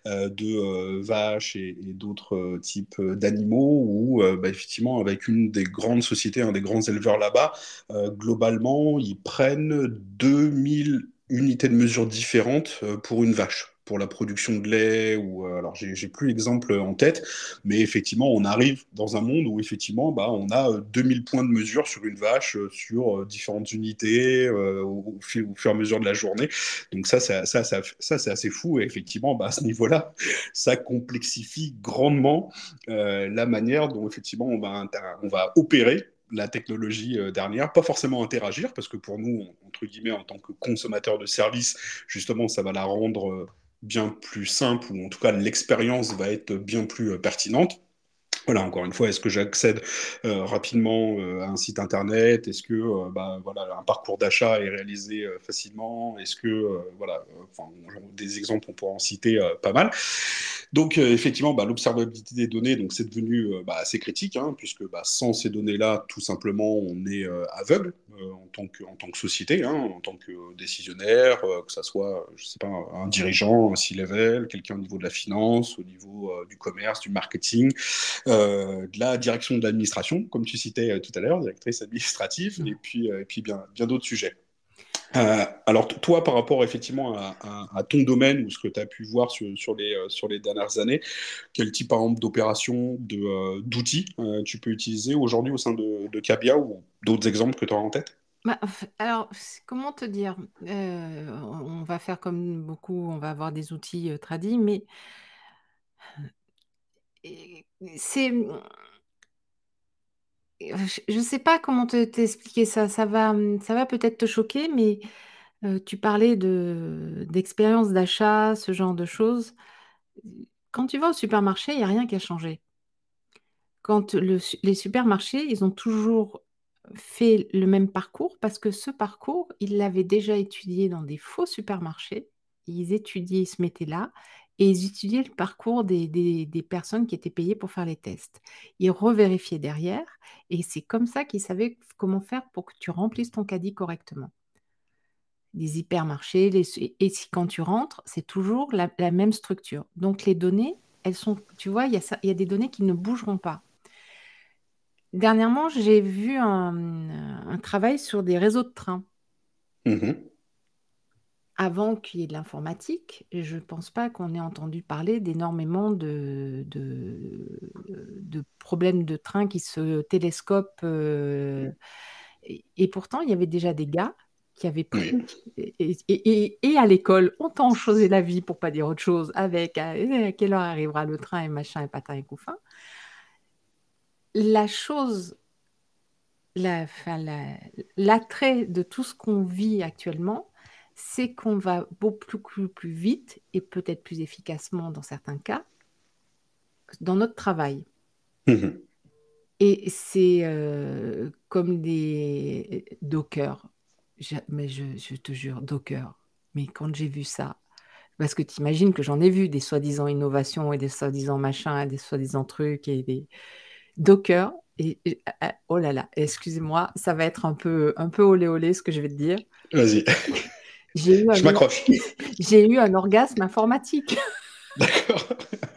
de vaches et d'autres types d'animaux où bah, effectivement avec une des grandes sociétés, un des grands éleveurs là-bas, globalement, ils prennent 2000 unités de mesure différentes pour une vache, pour la production de lait, ou alors j'ai plus l'exemple en tête, mais effectivement, on arrive dans un monde où effectivement, bah, on a 2000 points de mesure sur une vache, sur différentes unités, au fur et à mesure de la journée. Donc ça c'est assez fou, et effectivement, bah, à ce niveau-là, ça complexifie grandement la manière dont effectivement on va opérer la technologie dernière, pas forcément interagir, parce que pour nous, entre guillemets, en tant que consommateur de services, justement, ça va la rendre bien plus simple, ou en tout cas, l'expérience va être bien plus pertinente. Voilà, encore une fois, est-ce que j'accède rapidement à un site internet? Est-ce que bah, voilà, un parcours d'achat est réalisé facilement? Est-ce que voilà, enfin, des exemples, on pourra en citer pas mal. Donc effectivement, bah, l'observabilité des données, donc c'est devenu bah, assez critique, hein, puisque bah, sans ces données-là, tout simplement, on est aveugle en tant que société, hein, en tant que décisionnaire, que ça soit, je sais pas, un dirigeant, un C-level, quelqu'un au niveau de la finance, au niveau du commerce, du marketing, de la direction de l'administration, comme tu citais tout à l'heure, directrice administrative, et puis bien d'autres sujets. Alors, toi, par rapport effectivement à ton domaine ou ce que tu as pu voir sur les dernières années, quel type, par exemple, d'opération, d'outils tu peux utiliser aujourd'hui au sein de Cabia, ou d'autres exemples que tu as en tête? Bah, alors, comment te dire? On va faire comme beaucoup, on va avoir des outils tradis, mais euh, c'est, je ne sais pas comment t'expliquer ça. Ça va peut-être te choquer, mais tu parlais d'expérience d'achat, ce genre de choses. Quand tu vas au supermarché, il n'y a rien qui a changé. Les supermarchés, ils ont toujours fait le même parcours parce que ce parcours, ils l'avaient déjà étudié dans des faux supermarchés. Ils étudiaient, ils se mettaient là et ils étudiaient le parcours des personnes qui étaient payées pour faire les tests. Ils revérifiaient derrière et c'est comme ça qu'ils savaient comment faire pour que tu remplisses ton caddie correctement. Les hypermarchés, et si quand tu rentres, c'est toujours la même structure. Donc les données, elles sont, tu vois, il y a des données qui ne bougeront pas. Dernièrement, j'ai vu un travail sur des réseaux de trains. Mhm. avant qu'il y ait de l'informatique, je ne pense pas qu'on ait entendu parler d'énormément de problèmes de train qui se télescopent. Et pourtant, il y avait déjà des gars qui avaient Oui. pris, et à l'école, on t'a chosé la vie, pour pas dire autre chose, avec à quelle heure arrivera le train et machin et patin et couffin. La chose, enfin, l'attrait de tout ce qu'on vit actuellement, c'est qu'on va beaucoup plus vite et peut-être plus efficacement dans certains cas dans notre travail. Mhm. Et c'est comme des Docker. Mais je te jure, Docker. Mais quand j'ai vu ça, parce que tu imagines que j'en ai vu des soi-disant innovations et des soi-disant machins, et des soi-disant trucs et des Docker. Oh là là, excusez-moi, ça va être un peu olé olé ce que je vais te dire. Vas-y, J'ai eu je un, m'accroche. j'ai eu un orgasme informatique. D'accord.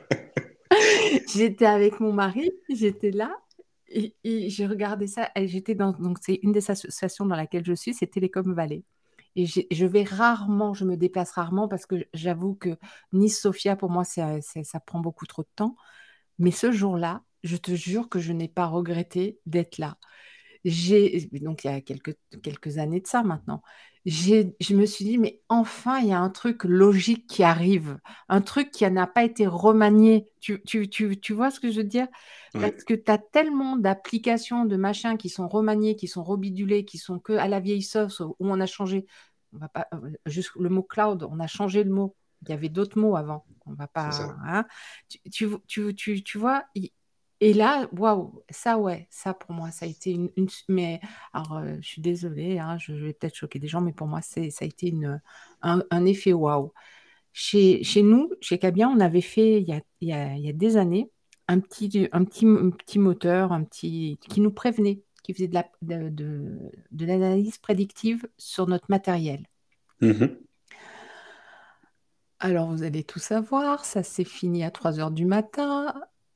J'étais avec mon mari, j'étais là et j'ai regardé ça. Et j'étais donc c'est une des associations dans laquelle je suis, c'est Télécom Valley. Et je vais rarement, je me déplace rarement parce que j'avoue que Nice-Sofia, pour moi, ça prend beaucoup trop de temps. Mais ce jour-là, je te jure que je n'ai pas regretté d'être là. Donc il y a quelques années de ça maintenant, je me suis dit, mais enfin, il y a un truc logique qui arrive, un truc qui n'a pas été remanié. Tu vois ce que je veux dire? Ouais, Parce que tu as tellement d'applications, de machins qui sont remaniés, qui sont rebidulés, qui sont que à la vieille sauce, où on a changé, on va pas, juste le mot cloud, on a changé le mot. Il y avait d'autres mots avant. On va c'est pas, ça. hein. Tu vois, et là, waouh, ça, ouais, ça pour moi, ça a été mais alors, je suis désolée, hein, je vais peut-être choquer des gens, mais pour moi, ça a été un effet waouh. Chez nous, chez Cabien, on avait fait il y a des années un petit moteur, qui nous prévenait, qui faisait de l'analyse prédictive sur notre matériel. Mhm. Alors, vous allez tout savoir, ça s'est fini à 3 heures du matin.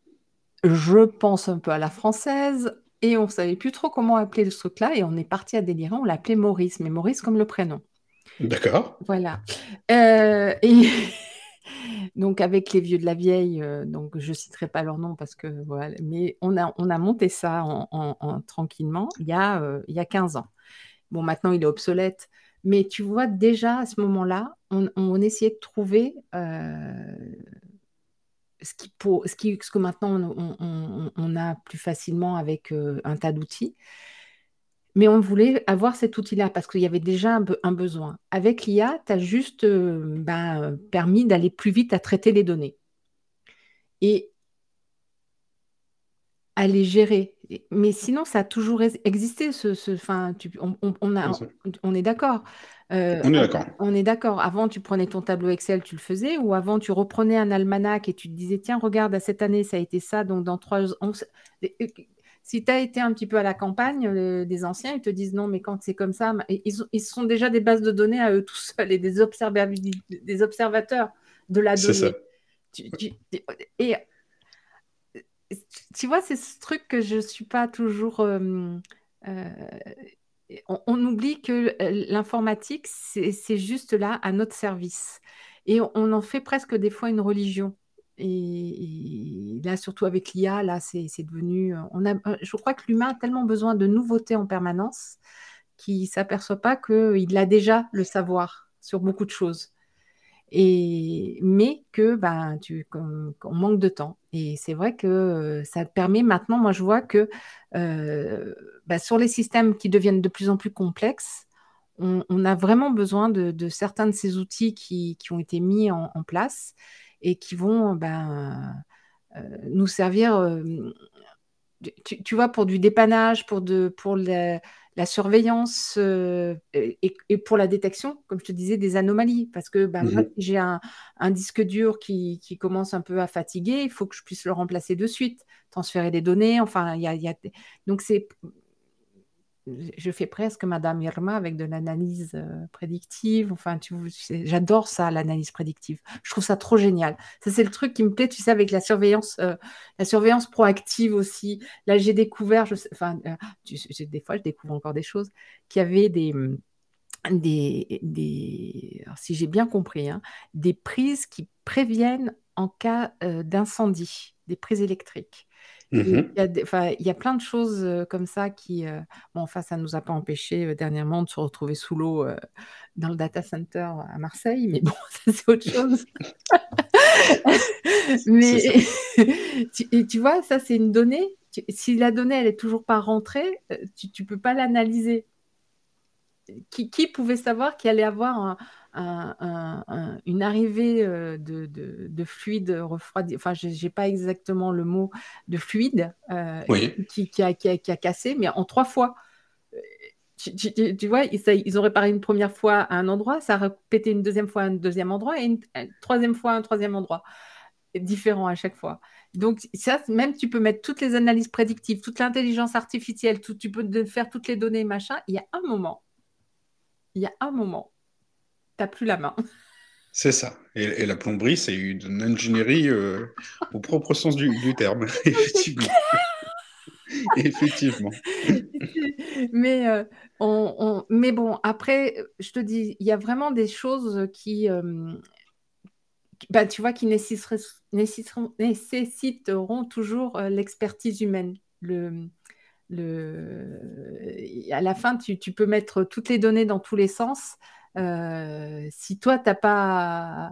Je pense un peu à la française, et on savait plus trop comment appeler ce truc-là, et on est parti à délirer, on l'appelait Maurice, mais Maurice comme le prénom. D'accord. Voilà. Et donc avec les vieux de la vieille, donc je citerai pas leur nom parce que voilà, mais on a monté ça tranquillement il y a 15 ans. Bon, maintenant il est obsolète, mais tu vois déjà à ce moment-là, on essayait de trouver ce que maintenant on a plus facilement avec un tas d'outils. Mais on voulait avoir cet outil-là parce qu'il y avait déjà un besoin. Avec l'IA, tu as juste permis d'aller plus vite à traiter les données et à les gérer. Mais sinon, ça a toujours existé. Enfin, Bien sûr. on est d'accord. Euh, On est on, d'accord. on est d'accord. Avant, tu prenais ton tableau Excel, tu le faisais, ou avant, tu reprenais un almanach et tu te disais, tiens, regarde, à cette année, ça a été ça, donc dans 3 ans. Si tu as été un petit peu à la campagne, des anciens, ils te disent non, mais quand c'est comme ça, ils sont déjà des bases de données à eux tout seuls et des observateurs de la C'est ça. donnée. Et tu vois, c'est ce truc que je ne suis pas toujours. Euh, on oublie que l'informatique, c'est juste là à notre service. Et on en fait presque des fois une religion. Et là, surtout avec l'IA, là, c'est devenu. Je crois que l'humain a tellement besoin de nouveautés en permanence qu'il ne s'aperçoit pas qu'il a déjà le savoir sur beaucoup de choses mais que ben, qu'on manque de temps. Et c'est vrai que ça permet maintenant, moi je vois que sur les systèmes qui deviennent de plus en plus complexes, on a vraiment besoin de certains de ces outils qui ont été mis en place et qui vont nous servir tu vois, pour du dépannage, pour la surveillance et pour la détection, comme je te disais, des anomalies. Parce que ben, moi, Mhm. si j'ai un disque dur qui commence un peu à fatiguer, il faut que je puisse le remplacer de suite, transférer des données. Enfin, donc je fais presque Madame Irma avec de l'analyse prédictive. Enfin, j'adore ça, l'analyse prédictive. Je trouve ça trop génial. Ça, c'est le truc qui me plaît, tu sais, avec la surveillance proactive aussi. Là, j'ai découvert, enfin, des fois, je découvre encore des choses, qu'il y avait alors, si j'ai bien compris, hein, des prises qui préviennent en cas d'incendie, des prises électriques. Et Mhm. enfin, il y a plein de choses comme ça qui, bon, enfin, ça ne nous a pas empêché dernièrement de se retrouver sous l'eau dans le data center à Marseille, mais bon, ça, c'est autre chose. C'est ça. Mais et tu vois, ça, c'est une donnée. Si la donnée, elle est toujours pas rentrée, tu peux pas l'analyser. Qui pouvait savoir qu'il allait avoir une arrivée de fluide refroidi, enfin, j'ai pas exactement le mot, de fluide Oui, qui a cassé, mais en 3 fois. Tu vois, ils ont réparé une première fois à un endroit, ça a répété une deuxième fois à un deuxième endroit et une troisième fois à un troisième endroit, différent à chaque fois. Donc, ça, même tu peux mettre toutes les analyses prédictives, toute l'intelligence artificielle, tu peux faire toutes les données, machin. Il y a un moment, tu n'as plus la main. c'est ça. Et la plomberie, c'est une ingénierie au propre sens du terme, effectivement. Effectivement. Mais, mais bon, après, je te dis, il y a vraiment des choses bah, tu vois, qui nécessiteront toujours l'expertise humaine. À la fin, tu peux mettre toutes les données dans tous les sens. Si toi, t'as pas...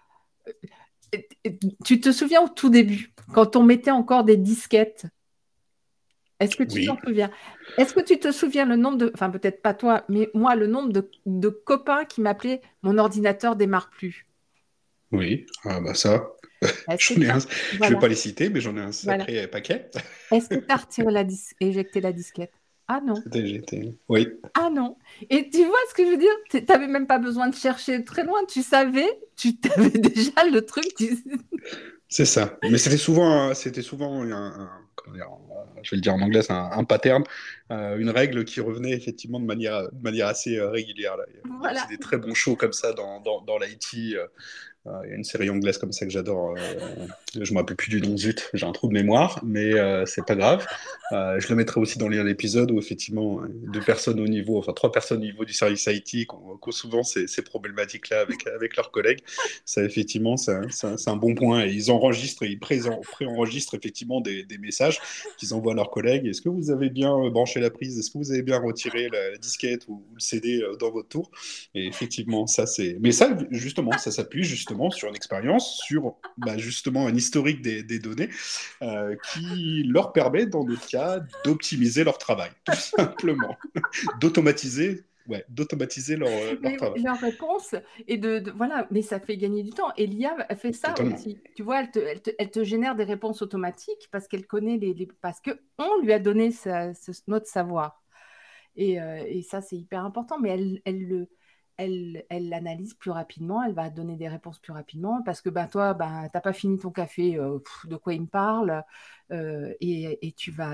Tu te souviens au tout début, quand on mettait encore des disquettes, est-ce que tu t'en Oui, souviens? Est-ce que tu te souviens le nombre de... Enfin, peut-être pas toi, mais moi, le nombre de copains qui m'appelaient «Mon ordinateur démarre plus». oui. Ah bah ça, Est-ce que j'en ai un. Je vais Voilà, pas les citer, mais j'en ai un voilà. sacré paquet. Est-ce que tu as retiré éjecté la disquette? Ah non. J'étais. Oui, Ah non. Et tu vois ce que je veux dire? Tu n'avais même pas besoin de chercher très loin. Tu savais, tu avais déjà le truc. c'est ça. Mais c'était souvent comment dire, je vais le dire en anglais, c'est un pattern, une règle qui revenait effectivement de manière assez régulière. Là. Il y a aussi Voilà. des très bons shows comme ça dans l'IT. Il y a une série anglaise comme ça que j'adore. Je me rappelle plus du nom, zut, j'ai un trou de mémoire, mais c'est pas grave. Je le mettrai aussi dans l'épisode où effectivement deux personnes au niveau, enfin trois personnes au niveau du service IT qui ont souvent ces problématiques-là avec leurs collègues. Ça effectivement, c'est un bon point. Et ils enregistrent et ils préenregistrent effectivement des messages qu'ils envoient à leurs collègues. Est-ce que vous avez bien branché la prise? Est-ce que vous avez bien retiré la disquette ou le CD dans votre tour? Et effectivement, ça c'est. Mais ça, justement, ça s'appuie justement sur une expérience, sur bah, justement un historique des données qui leur permet, dans notre cas, d'optimiser leur travail, tout simplement, d'automatiser. Ouais, d'automatiser leur Mais oui, travail. leur réponse est voilà, mais ça fait gagner du temps. Et l'IA fait ça Totalement. aussi. Tu vois, elle te génère des réponses automatiques parce qu'elle connaît parce que on lui a donné notre savoir. Et ça, c'est hyper important. Mais elle l'analyse plus rapidement, elle va donner des réponses plus rapidement parce que ben, toi, ben, t'as pas fini ton café, de quoi il me parle, et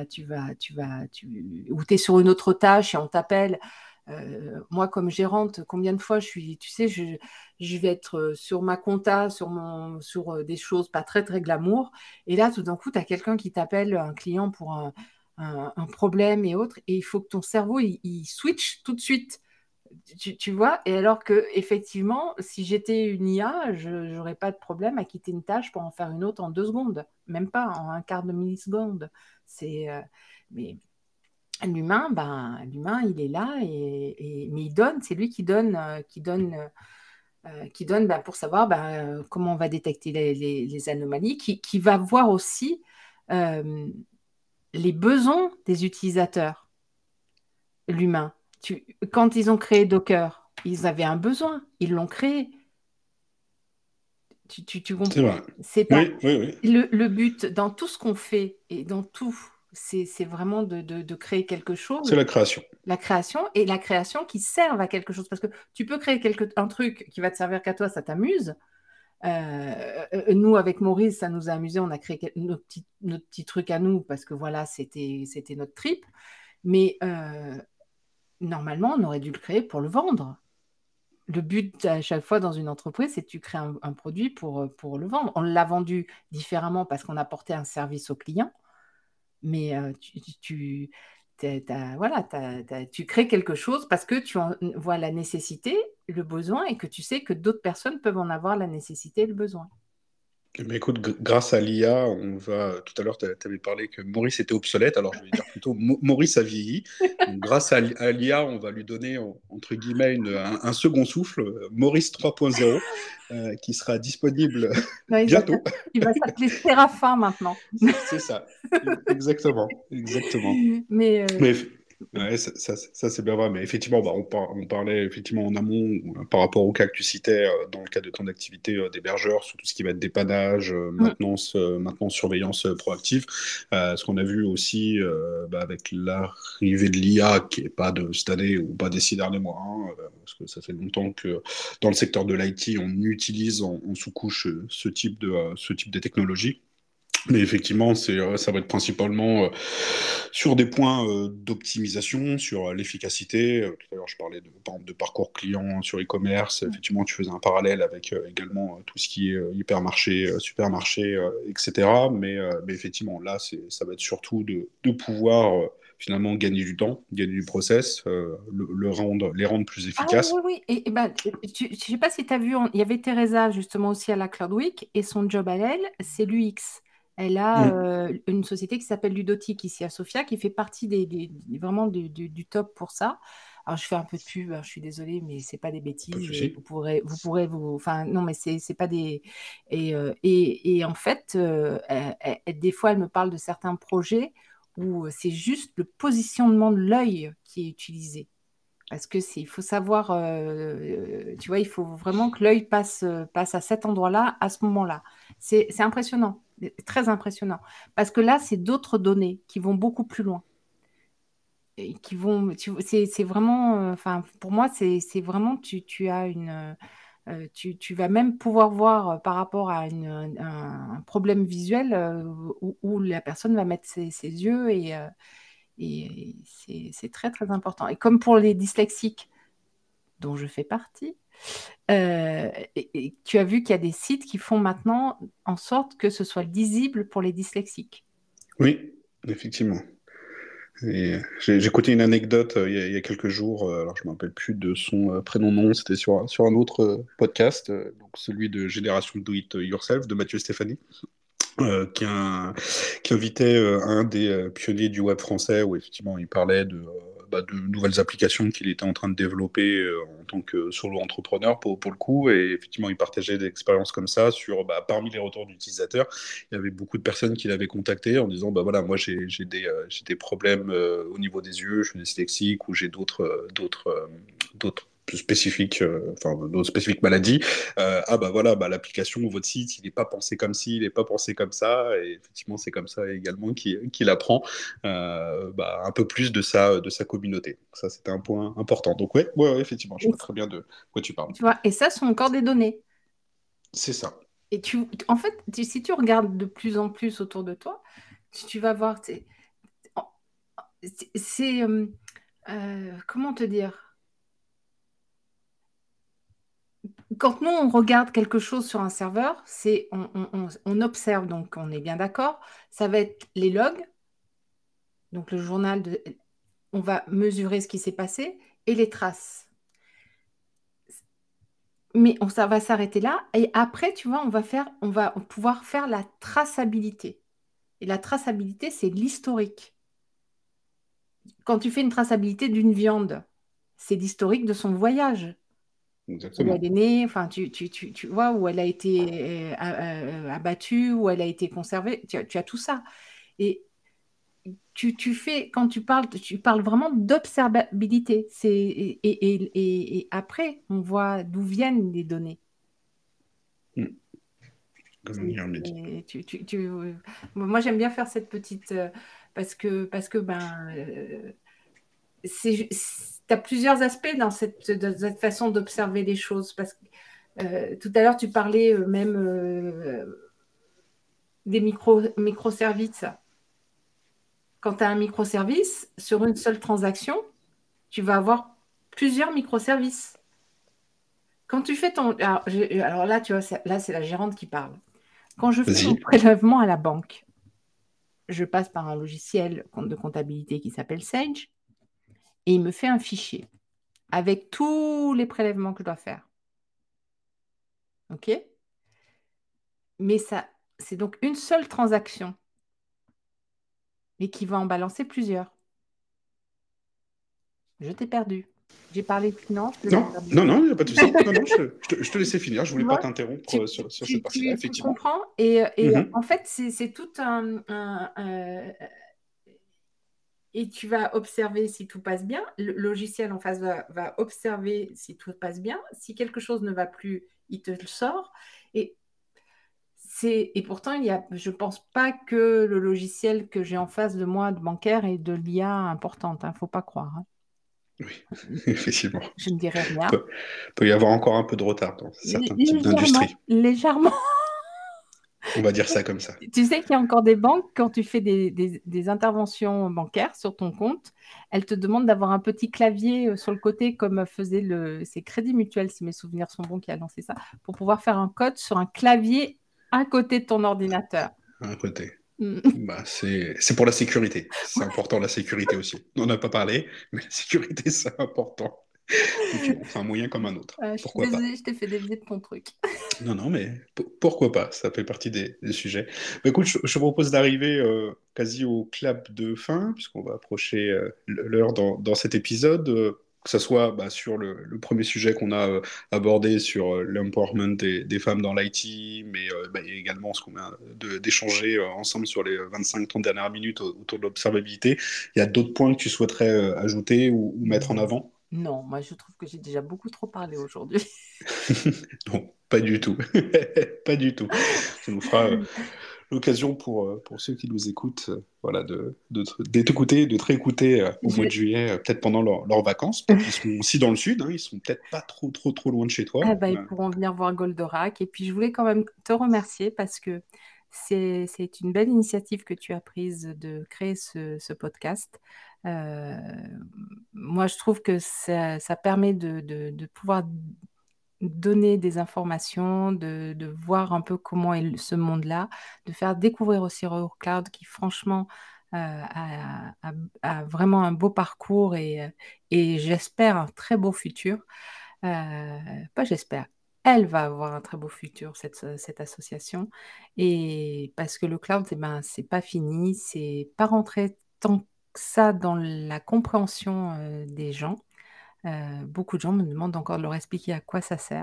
ou tu es sur une autre tâche et on t'appelle. Moi, comme gérante, combien de fois tu sais, je vais être sur ma compta, sur des choses pas très, très glamour. Et là, tout d'un coup, tu as quelqu'un qui t'appelle, un client pour un problème et autres, et il faut que ton cerveau, il switch tout de suite. Tu vois? Et alors que effectivement, si j'étais une IA, je n'aurais pas de problème à quitter une tâche pour en faire une autre en 2 secondes, même pas en un quart de milliseconde. Mais l'humain, il est là mais il donne, c'est lui qui donne ben, pour savoir ben, comment on va détecter les anomalies, qui va voir aussi euh, les besoins des utilisateurs, l'humain. Quand ils ont créé Docker, ils avaient un besoin, ils l'ont créé. Tu C'est comprends? vrai. C'est pas Oui, oui, oui. le but dans tout ce qu'on fait et dans tout, c'est vraiment de créer quelque C'est chose, la création. la création et la création qui servent à quelque chose. Parce que tu peux créer un truc qui va te servir qu'à toi, ça t'amuse. Nous, avec Maurice, ça nous a amusé. On a créé notre petit truc à nous parce que voilà, c'était notre trip. Mais normalement, on aurait dû le créer pour le vendre. Le but à chaque fois dans une entreprise, c'est que tu crées un produit pour le vendre. On l'a vendu différemment parce qu'on apportait un service au client, mais voilà, tu crées quelque chose parce que tu en vois la nécessité, le besoin, et que tu sais que d'autres personnes peuvent en avoir la nécessité et le besoin. Mais écoute, grâce à l'IA, on va. Tout à l'heure, tu avais parlé que Maurice était obsolète, alors je vais dire plutôt Maurice a vieilli. Donc, grâce à l'IA, on va lui donner, entre guillemets, un second souffle, Maurice 3.0, qui sera disponible Non, bientôt. il va s'appeler Séraphin maintenant. C'est ça. Exactement. Exactement. Mais Mais ouais, ça, c'est bien vrai. Mais effectivement, bah, on parlait effectivement en amont par rapport au cas que tu citais dans le cadre de ton activité d'hébergeur, sur tout ce qui va être dépannage, maintenance, surveillance proactive. Ce qu'on a vu aussi bah, avec l'arrivée de l'IA, qui est pas de cette année ou pas des 6 derniers mois, hein, parce que ça fait longtemps que dans le secteur de l'IT, on utilise en sous-couche ce type de technologie. Mais effectivement, ça va être principalement sur des points d'optimisation, sur l'efficacité. Tout à l'heure, je parlais par exemple, de parcours client sur e-commerce. Effectivement, tu faisais un parallèle avec également tout ce qui est hypermarché, supermarché, etc. Mais effectivement, là, ça va être surtout de pouvoir finalement gagner du temps, gagner du process, les rendre plus ah oui, oui, efficaces. oui. Et ben, je ne sais pas si tu as vu, il y avait Teresa justement aussi à la Cloud Week, et son job à elle, c'est l'UX. Elle a Mm. une société qui s'appelle Ludotic ici à Sofia, qui fait partie vraiment du top pour ça. Alors je fais un peu de pub, hein, je suis désolée, mais c'est pas des Pas de bêtises. souci. Enfin non, mais c'est pas des. Et en fait, des fois, elle me parle de certains projets où c'est juste le positionnement de l'œil qui est utilisé. Parce que il faut savoir, tu vois, il faut vraiment que l'œil passe à cet endroit-là, à ce moment-là. C'est impressionnant, très impressionnant. Parce que là, c'est d'autres données qui vont beaucoup plus loin. Et qui vont, c'est vraiment, enfin, pour moi, c'est vraiment, tu as tu vas même pouvoir voir par rapport à un problème visuel où la personne va mettre ses yeux et c'est très, très important. Et comme pour les dyslexiques, dont je fais partie, et tu as vu qu'il y a des sites qui font maintenant en sorte que ce soit lisible pour les dyslexiques. Oui, effectivement. Et j'ai écouté une anecdote il y a quelques jours, alors je ne me rappelle plus de son prénom, c'était sur un autre podcast, donc celui de Génération Do It Yourself de Mathieu Stéphanie, euh, qui, a- qui invitait un des pionniers du web français, où effectivement il parlait de nouvelles applications qu'il était en train de développer en tant que solo-entrepreneur pour le coup, et effectivement il partageait des expériences comme ça sur, parmi les retours d'utilisateurs, il y avait beaucoup de personnes qui l'avaient contacté en disant, bah voilà, moi j'ai des problèmes au niveau des yeux, je suis dyslexique, ou j'ai d'autres spécifiques, enfin d'autres spécifiques maladies. Ah bah voilà, bah, l'application ou votre site, il n'est pas pensé comme ci, il n'est pas pensé comme ça, et effectivement c'est comme ça également qu'il apprend un peu plus de sa communauté. Ça c'était un point important. Donc ouais, effectivement, je Et, vois très bien de quoi tu parles. tu vois, et ça, ce sont encore des données. C'est ça. Et en fait, si tu regardes de plus en plus autour de toi, tu vas voir, comment te dire? Quand nous, on regarde quelque chose sur un serveur, on observe, donc on est bien d'accord, ça va être les logs, donc le journal on va mesurer ce qui s'est passé, et les traces. Mais ça va s'arrêter là. Et après, tu vois, on va pouvoir faire la traçabilité. Et la traçabilité, c'est l'historique. Quand tu fais une traçabilité d'une viande, c'est l'historique de son voyage, où elle Exactement. est née, enfin, tu vois, où elle a été abattue, où elle a été conservée. Tu as tout ça. Et tu fais, quand tu parles vraiment d'observabilité. Et après, on voit d'où viennent les données. Mm. Comme C'est- dire Mehdi. c'est- moi, j'aime bien faire cette petite parce que tu as plusieurs aspects dans cette façon d'observer les choses. Parce que tout à l'heure, tu parlais même des microservices. Quand tu as un microservice, sur une seule transaction, tu vas avoir plusieurs microservices. Quand tu fais ton... Alors là, tu vois, là, c'est la gérante qui parle. Quand je fais mon Vas-y. prélèvement à la banque, je passe par un logiciel de comptabilité qui s'appelle Sage et il me fait un fichier avec tous les prélèvements que je dois faire. OK? Mais ça, c'est donc une seule transaction, mais qui va en balancer plusieurs. Je t'ai perdu. J'ai parlé de finance, je t'ai Non, perdu. non, non, il n'y a pas de souci. Non, non, je te laissais finir. Je Tu voulais pas vois, t'interrompre tu, sur cette tu, partie-là, tu, tu effectivement. comprends? Et Mhm. en fait, c'est tout et tu vas observer si tout passe bien. Le logiciel en face va observer si tout passe bien. Si quelque chose ne va plus, il te le sort. Et, et pourtant, je ne pense pas que le logiciel que j'ai en face de moi, de bancaire, est de l'IA importante. Il ne faut pas croire. Hein. Oui, effectivement. Je ne dirais Il rien. peut y avoir encore un peu de retard dans certains types Légèrement, d'industries. légèrement. On va dire ça comme ça. Tu sais qu'il y a encore des banques, quand tu fais des interventions bancaires sur ton compte, elles te demandent d'avoir un petit clavier sur le côté, comme faisait c'est Crédit Mutuel, si mes souvenirs sont bons, qui a lancé ça, pour pouvoir faire un code sur un clavier à côté de ton ordinateur. À un côté. Mm. Bah, c'est pour la sécurité. C'est important, la sécurité aussi. On n'en a pas parlé, mais la sécurité, c'est important. Effectivement, c'est un moyen comme un autre. Je suis Pourquoi pas? désolée, je t'ai fait dévier de ton truc. Non, non, mais pourquoi pas? Ça fait partie des sujets. Bah, écoute, je propose d'arriver quasi au clap de fin, puisqu'on va approcher l'heure dans cet épisode. Que ce soit bah, sur le premier sujet qu'on a abordé sur l'empowerment des femmes dans l'IT, mais bah, et également ce qu'on a d'échanger ensemble sur les 25-30 dernières minutes autour de l'observabilité. Il y a d'autres points que tu souhaiterais ajouter ou mettre en Non. avant? Non, moi je trouve que j'ai déjà beaucoup trop parlé aujourd'hui. Non, pas du tout. Pas du tout. Ça nous fera l'occasion pour ceux qui nous écoutent voilà, de t'écouter, de te réécouter au mois de Je- juillet, peut-être pendant leurs vacances. Peut-être qu'ils seront aussi dans le sud, hein, ils sont peut-être pas trop, trop, trop loin de chez toi. Ah bah, ils pourront venir voir Goldorak. Et puis, je voulais quand même te remercier parce que c'est une belle initiative que tu as prise de créer ce podcast. Euh, Moi, je trouve que ça permet de pouvoir donner des informations, de voir un peu comment est ce monde-là, de faire découvrir aussi Raw Cloud qui, franchement, a vraiment un beau parcours et j'espère un très beau futur. Pas j'espère. Elle va avoir un très beau futur, cette association. Et parce que le cloud, eh ben, c'est pas fini, c'est pas rentré tant que ça dans la compréhension des gens. Beaucoup de gens me demandent encore de leur expliquer à quoi ça sert.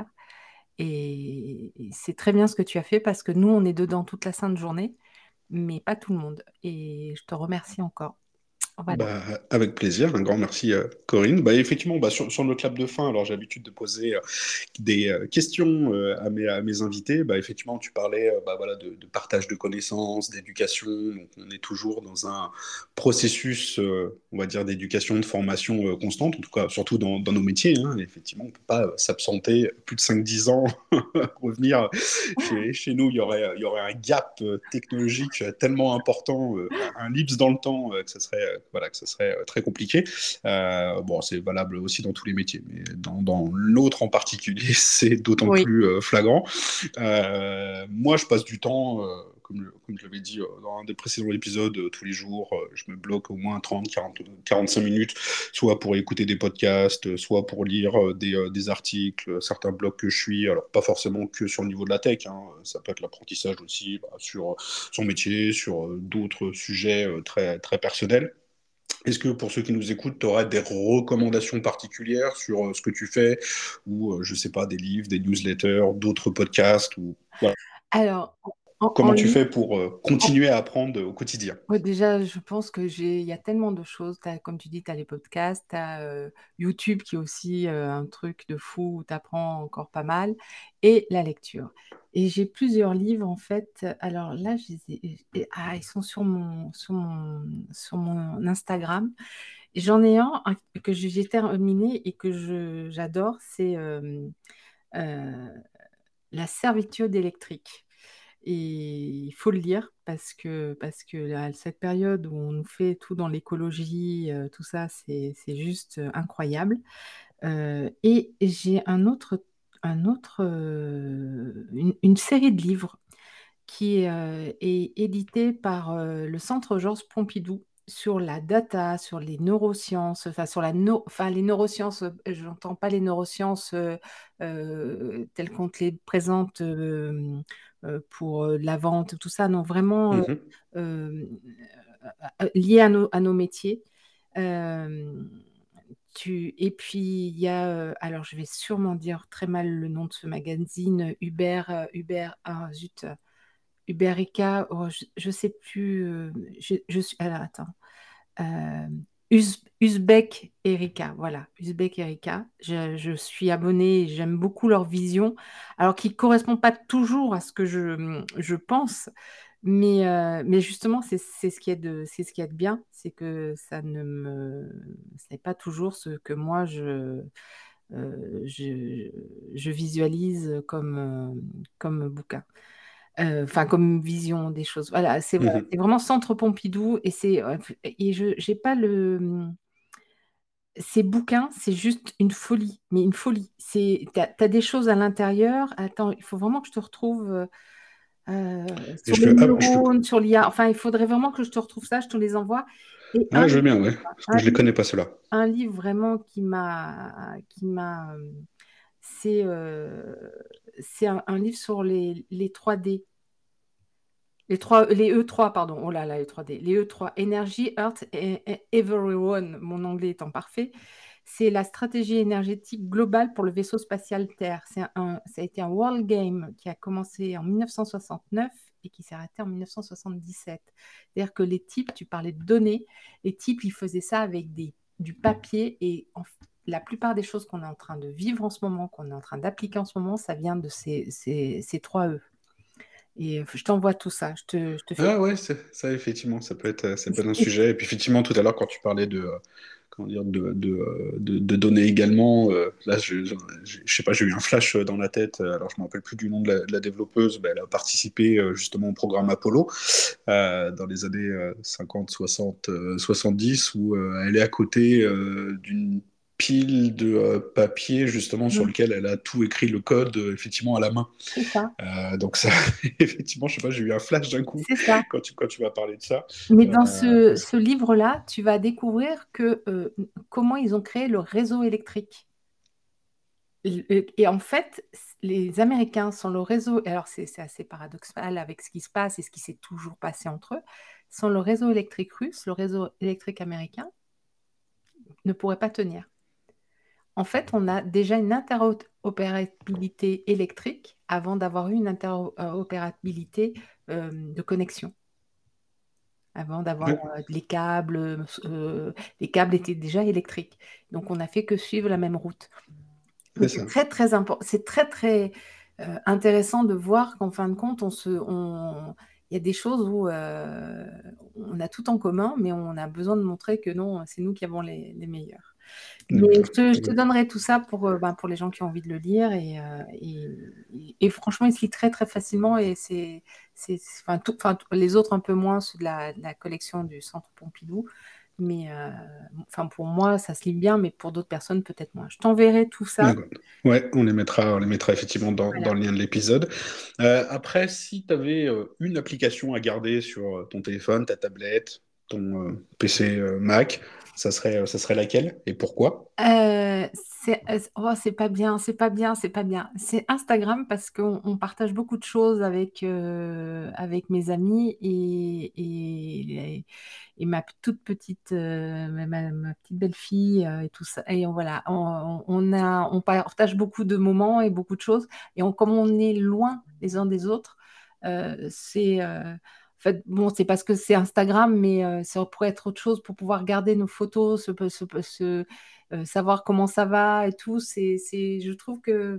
Et c'est très bien ce que tu as fait parce que nous, on est dedans toute la sainte journée, mais pas tout le monde. Et je te remercie encore. Voilà. Bah, avec plaisir, un grand merci Corinne. Bah, effectivement, bah, sur notre clap de fin, alors j'ai l'habitude de poser des questions à mes invités. Bah, effectivement, tu parlais bah, voilà, de partage de connaissances, d'éducation. Donc, on est toujours dans un processus, on va dire, d'éducation, de formation constante, en tout cas, surtout dans nos métiers. Hein. Effectivement, on ne peut pas s'absenter plus de 5-10 ans, revenir chez nous. Il y aurait un gap technologique tellement important, un lips dans le temps, que ça serait, voilà, que ça serait très compliqué. Bon, c'est valable aussi dans tous les métiers, mais dans l'autre en particulier, c'est d'autant Oui. plus flagrant. Moi, je passe du temps, comme je l'avais dit dans un des précédents épisodes, tous les jours, je me bloque au moins 30, 40, 45 minutes, soit pour écouter des podcasts, soit pour lire des articles, certains blogs que je suis, alors pas forcément que sur le niveau de la tech, hein, ça peut être l'apprentissage aussi bah, sur son métier, sur d'autres sujets très, très personnels. Est-ce que pour ceux qui nous écoutent, tu aurais des recommandations particulières sur ce que tu fais, ou je sais pas, des livres, des newsletters, d'autres podcasts, ou voilà. Alors, en Comment tu ligne, fais pour continuer à apprendre au quotidien? ouais, déjà, je pense que il y a tellement de choses. Comme tu dis, tu as les podcasts, tu as YouTube qui est aussi un truc de fou où tu apprends encore pas mal, et la lecture. Et j'ai plusieurs livres en fait. Alors là, ils sont sur mon Instagram. J'en ai un que j'ai terminé et que j'adore, c'est euh, La servitude électrique. Et il faut le lire parce que là, cette période où on nous fait tout dans l'écologie, tout ça, c'est juste incroyable. Et j'ai une série de livres est édité par le Centre Georges Pompidou sur la data, sur les neurosciences, enfin sur enfin les neurosciences, j'entends pas les neurosciences telles qu'on te les présente pour la vente, tout ça, non, vraiment Mhm. euh, liées à nos métiers. Euh, et puis, il y a, alors je vais sûrement dire très mal le nom de ce magazine, ah zut, Uberica, oh, je sais plus, je suis, alors attends, euh, Uzbek Erika, voilà, Uzbek Erika. Je suis abonnée, et j'aime beaucoup leur vision, alors qui ne correspond pas toujours à ce que je pense, mais justement, c'est ce qui est c'est ce qui est de bien, c'est que ce n'est pas toujours ce que moi je visualise comme bouquin. Enfin, comme vision des choses. Voilà, Mhm. c'est vraiment Centre Pompidou et je j'ai pas ces bouquins, c'est juste une folie, mais une folie. T'as des choses à l'intérieur. Attends, il faut vraiment que je te retrouve Et sur les je neurones, sur l'IA. Enfin, il faudrait vraiment que je te retrouve ça. Je te les envoie. Et ouais, je veux bien, ouais, parce que un, je les connais pas ceux-là. un livre vraiment c'est un livre sur les 3D. Les E3, pardon. Oh là là, les 3D. Les E3, Energy, Earth et Everyone, mon anglais étant parfait. C'est la stratégie énergétique globale pour le vaisseau spatial Terre. Ça a été un World Game qui a commencé en 1969 et qui s'est arrêté en 1977. C'est-à-dire que les types, tu parlais de données, les types, ils faisaient ça avec du papier et la plupart des choses qu'on est en train de vivre en ce moment, qu'on est en train d'appliquer en ce moment, ça vient de ces 3 E. Et je t'envoie tout ça. Je te fais. Ah ouais, ça effectivement, ça peut être un sujet. Et puis effectivement, tout à l'heure, quand tu parlais comment dire, de données également, là, je sais pas, j'ai eu un flash dans la tête. Alors, je me rappelle plus du nom de la développeuse. Ben, elle a participé justement au programme Apollo dans les années 50, 60, 70, où elle est à côté d'une pile de papier justement sur Mm, lequel elle a tout écrit le code effectivement à la main. c'est ça. Donc ça, effectivement, je sais pas, j'ai eu un flash d'un coup C'est ça. quand tu m'as parlé de ça. Mais dans Parce ce livre-là, tu vas découvrir comment ils ont créé le réseau électrique. Et en fait, les Américains, sans le réseau, alors c'est assez paradoxal avec ce qui se passe et ce qui s'est toujours passé entre eux, sans le réseau électrique russe, le réseau électrique américain ne pourrait pas tenir. En fait, on a déjà une interopérabilité électrique avant d'avoir eu une interopérabilité de connexion, avant d'avoir ouais, les câbles étaient déjà électriques. Donc, on n'a fait que suivre la même route. Mais c'est ça. c'est très, très intéressant de voir qu'en fin de compte, il y a des choses où on a tout en commun, mais on a besoin de montrer que non, c'est nous qui avons les meilleurs. Mais D'accord. je te donnerai tout ça pour les gens qui ont envie de le lire. Et franchement, il se lit très, très facilement. Et les autres un peu moins, ceux de la collection du Centre Pompidou. Mais enfin, pour moi, ça se lit bien, mais pour d'autres personnes, peut-être moins. Je t'enverrai tout ça. D'accord. Ouais, on les mettra effectivement dans Voilà. le lien de l'épisode. Après, si tu avais une application à garder sur ton téléphone, ta tablette, ton PC Mac, ça serait laquelle et pourquoi? C'est pas bien, c'est pas bien, c'est pas bien. C'est Instagram parce qu'on partage beaucoup de choses avec mes amis et ma toute petite, ma petite belle-fille et tout ça. Et voilà, on partage beaucoup de moments et beaucoup de choses. Comme on est loin les uns des autres, en fait, bon, c'est parce que c'est Instagram, mais ça pourrait être autre chose pour pouvoir garder nos photos, savoir comment ça va et tout. Je trouve que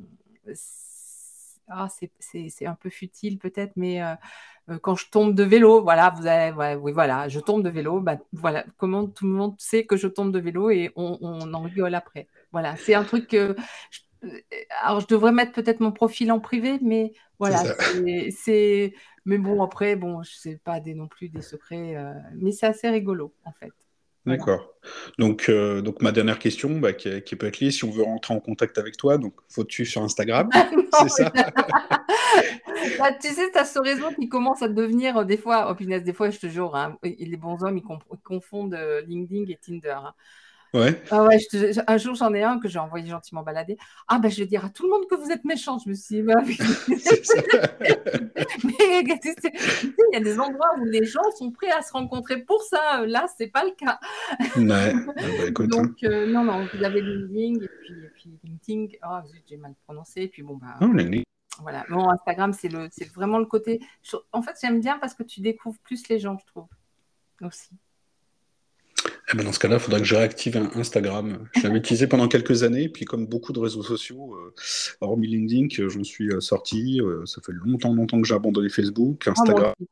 c'est un peu futile peut-être, mais quand je tombe de vélo, voilà, ouais, oui, voilà, je tombe de vélo, bah, voilà, comment tout le monde sait que je tombe de vélo et on en rigole après. Voilà, c'est un truc que alors je devrais mettre peut-être mon profil en privé, mais C'est voilà, ça. mais bon après, bon, je sais pas non plus des secrets, mais c'est assez rigolo en fait. Voilà. D'accord. Donc ma dernière question, qui peut être liée, si on veut rentrer en contact avec toi, donc faut te suivre sur Instagram, Non, c'est ça? bah, tu sais, tu as ce réseau qui commence à devenir des fois, oh punaise, des fois, je te jure, hein, les bons hommes, ils confondent LinkedIn et Tinder, hein. Ouais, Ah ouais, un jour, j'en ai un que j'ai envoyé gentiment balader. Ah, ben, je vais dire à tout le monde que vous êtes méchants. Je me suis dit, bah, oui. c'est ça. Mais tu sais, il y a des endroits où les gens sont prêts à se rencontrer pour ça. Là, c'est pas le cas. Ouais, ah bah écoute, Donc, hein. non, non, vous avez LinkedIn et puis LinkedIn. Oh, j'ai mal prononcé. Et puis, bon, bah, Oh, Langley. voilà. Bon, Instagram, c'est vraiment le côté. En fait, j'aime bien parce que tu découvres plus les gens, je trouve, aussi. Eh ben dans ce cas-là, il faudrait que je réactive un Instagram. Je l'avais utilisé pendant quelques années, puis comme beaucoup de réseaux sociaux, hormis LinkedIn, que j'en suis sorti, ça fait longtemps, longtemps que j'ai abandonné Facebook, Ah, moi Instagram. aussi.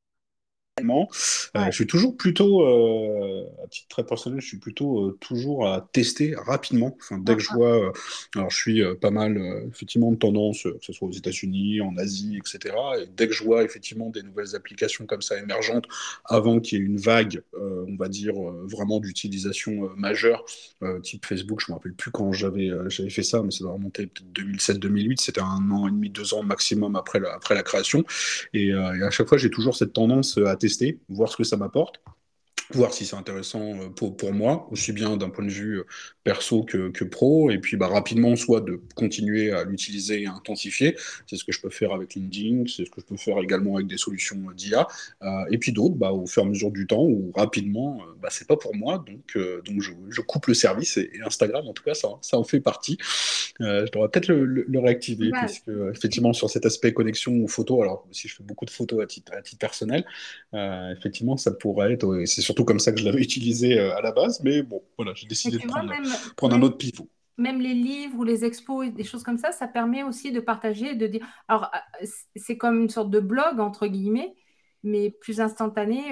Je Ouais. suis toujours plutôt, à titre très personnel, je suis plutôt toujours à tester rapidement. Enfin, dès Hum, que je hum. vois, alors je suis pas mal effectivement de tendance, que ce soit aux États-Unis, en Asie, etc. Et dès que je vois effectivement des nouvelles applications comme ça émergentes, avant qu'il y ait une vague, on va dire vraiment d'utilisation majeure, type Facebook, je me rappelle plus quand j'avais fait ça, mais ça doit remonter peut-être 2007-2008. C'était 1 an et demi, 2 ans maximum après la création. Et à chaque fois, j'ai toujours cette tendance à tester, voir ce que ça m'apporte, voir si c'est intéressant pour moi, aussi bien d'un point de vue perso que pro, et puis rapidement, soit de continuer à l'utiliser et à intensifier, c'est ce que je peux faire avec LinkedIn, c'est ce que je peux faire également avec des solutions d'IA, et puis d'autres, au fur et à mesure du temps, ou rapidement, c'est pas pour moi, donc je coupe le service, et Instagram, en tout cas, ça en fait partie. Je devrais peut-être le réactiver, Bah, puisque effectivement, sur cet aspect connexion aux photos, alors si je fais beaucoup de photos à titre personnel, effectivement, ça pourrait être, et c'est surtout comme ça que je l'avais utilisé à la base, mais bon, voilà, j'ai mais décidé de tu vois, prendre un autre pivot. même les livres ou les expos et des choses comme ça permet aussi de partager, de dire. Alors, c'est comme une sorte de blog, entre guillemets, mais plus instantané.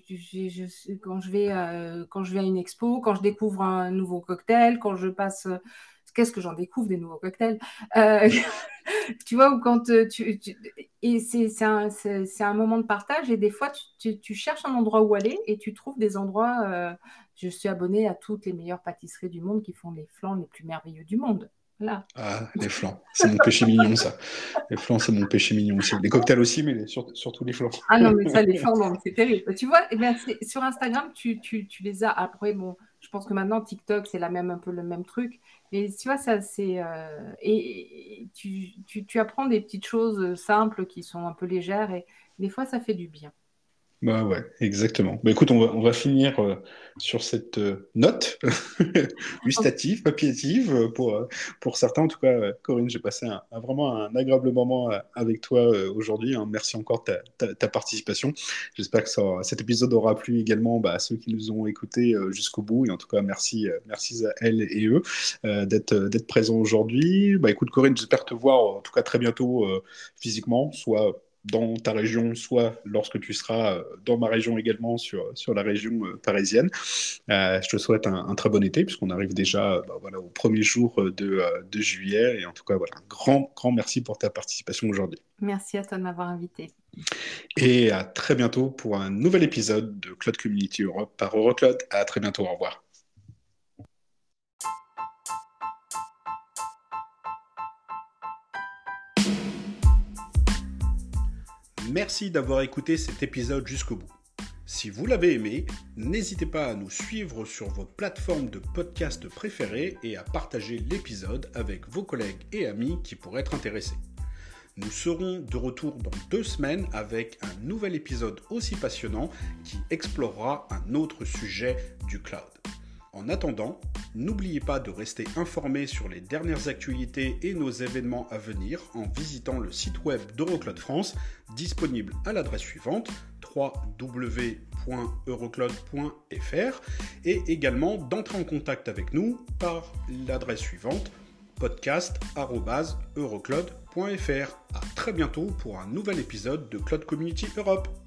Quand je vais à une expo, quand je découvre un nouveau cocktail, quand je passe. Qu'est-ce que j'en découvre des nouveaux cocktails? Euh, Tu vois, ou quand et c'est un moment de partage et des fois tu cherches un endroit où aller et tu trouves des endroits. Je suis abonnée à toutes les meilleures pâtisseries du monde qui font les flancs les plus merveilleux du monde. Là. Ah, les flancs, c'est mon péché mignon, ça. Les flancs, c'est mon péché mignon aussi. Les cocktails aussi, mais surtout les flancs. Ah non, mais ça, les flancs, non, mais c'est terrible. Tu vois, eh ben, sur Instagram, tu les as. Après, bon, je pense que maintenant, TikTok, c'est un peu le même truc. Et tu vois, ça, c'est. Et tu apprends des petites choses simples qui sont un peu légères et des fois, ça fait du bien. Bah ouais, exactement. Bah écoute, on va finir sur cette note gustative, papillotive, pour certains. En tout cas, Corinne, j'ai passé vraiment un agréable moment avec toi aujourd'hui, hein. Merci encore de ta participation. J'espère que cet épisode aura plu également à ceux qui nous ont écoutés jusqu'au bout. Et en tout cas, merci à elles et eux d'être présents aujourd'hui. Bah écoute, Corinne, j'espère te voir en tout cas très bientôt physiquement, soit dans ta région, soit lorsque tu seras dans ma région également, sur la région parisienne. Je te souhaite un très bon été, puisqu'on arrive déjà voilà, au premier jour de juillet. Et en tout cas, voilà, un grand, grand merci pour ta participation aujourd'hui. Merci à toi de m'avoir invité. Et à très bientôt pour un nouvel épisode de Cloud Community Europe par Eurocloud. À très bientôt, au revoir. Merci d'avoir écouté cet épisode jusqu'au bout. Si vous l'avez aimé, n'hésitez pas à nous suivre sur vos plateformes de podcast préférées et à partager l'épisode avec vos collègues et amis qui pourraient être intéressés. Nous serons de retour dans 2 semaines avec un nouvel épisode aussi passionnant qui explorera un autre sujet du cloud. En attendant, n'oubliez pas de rester informé sur les dernières actualités et nos événements à venir en visitant le site web d'Eurocloud France, disponible à l'adresse suivante www.eurocloud.fr, et également d'entrer en contact avec nous par l'adresse suivante podcast@eurocloud.fr. À très bientôt pour un nouvel épisode de Cloud Community Europe.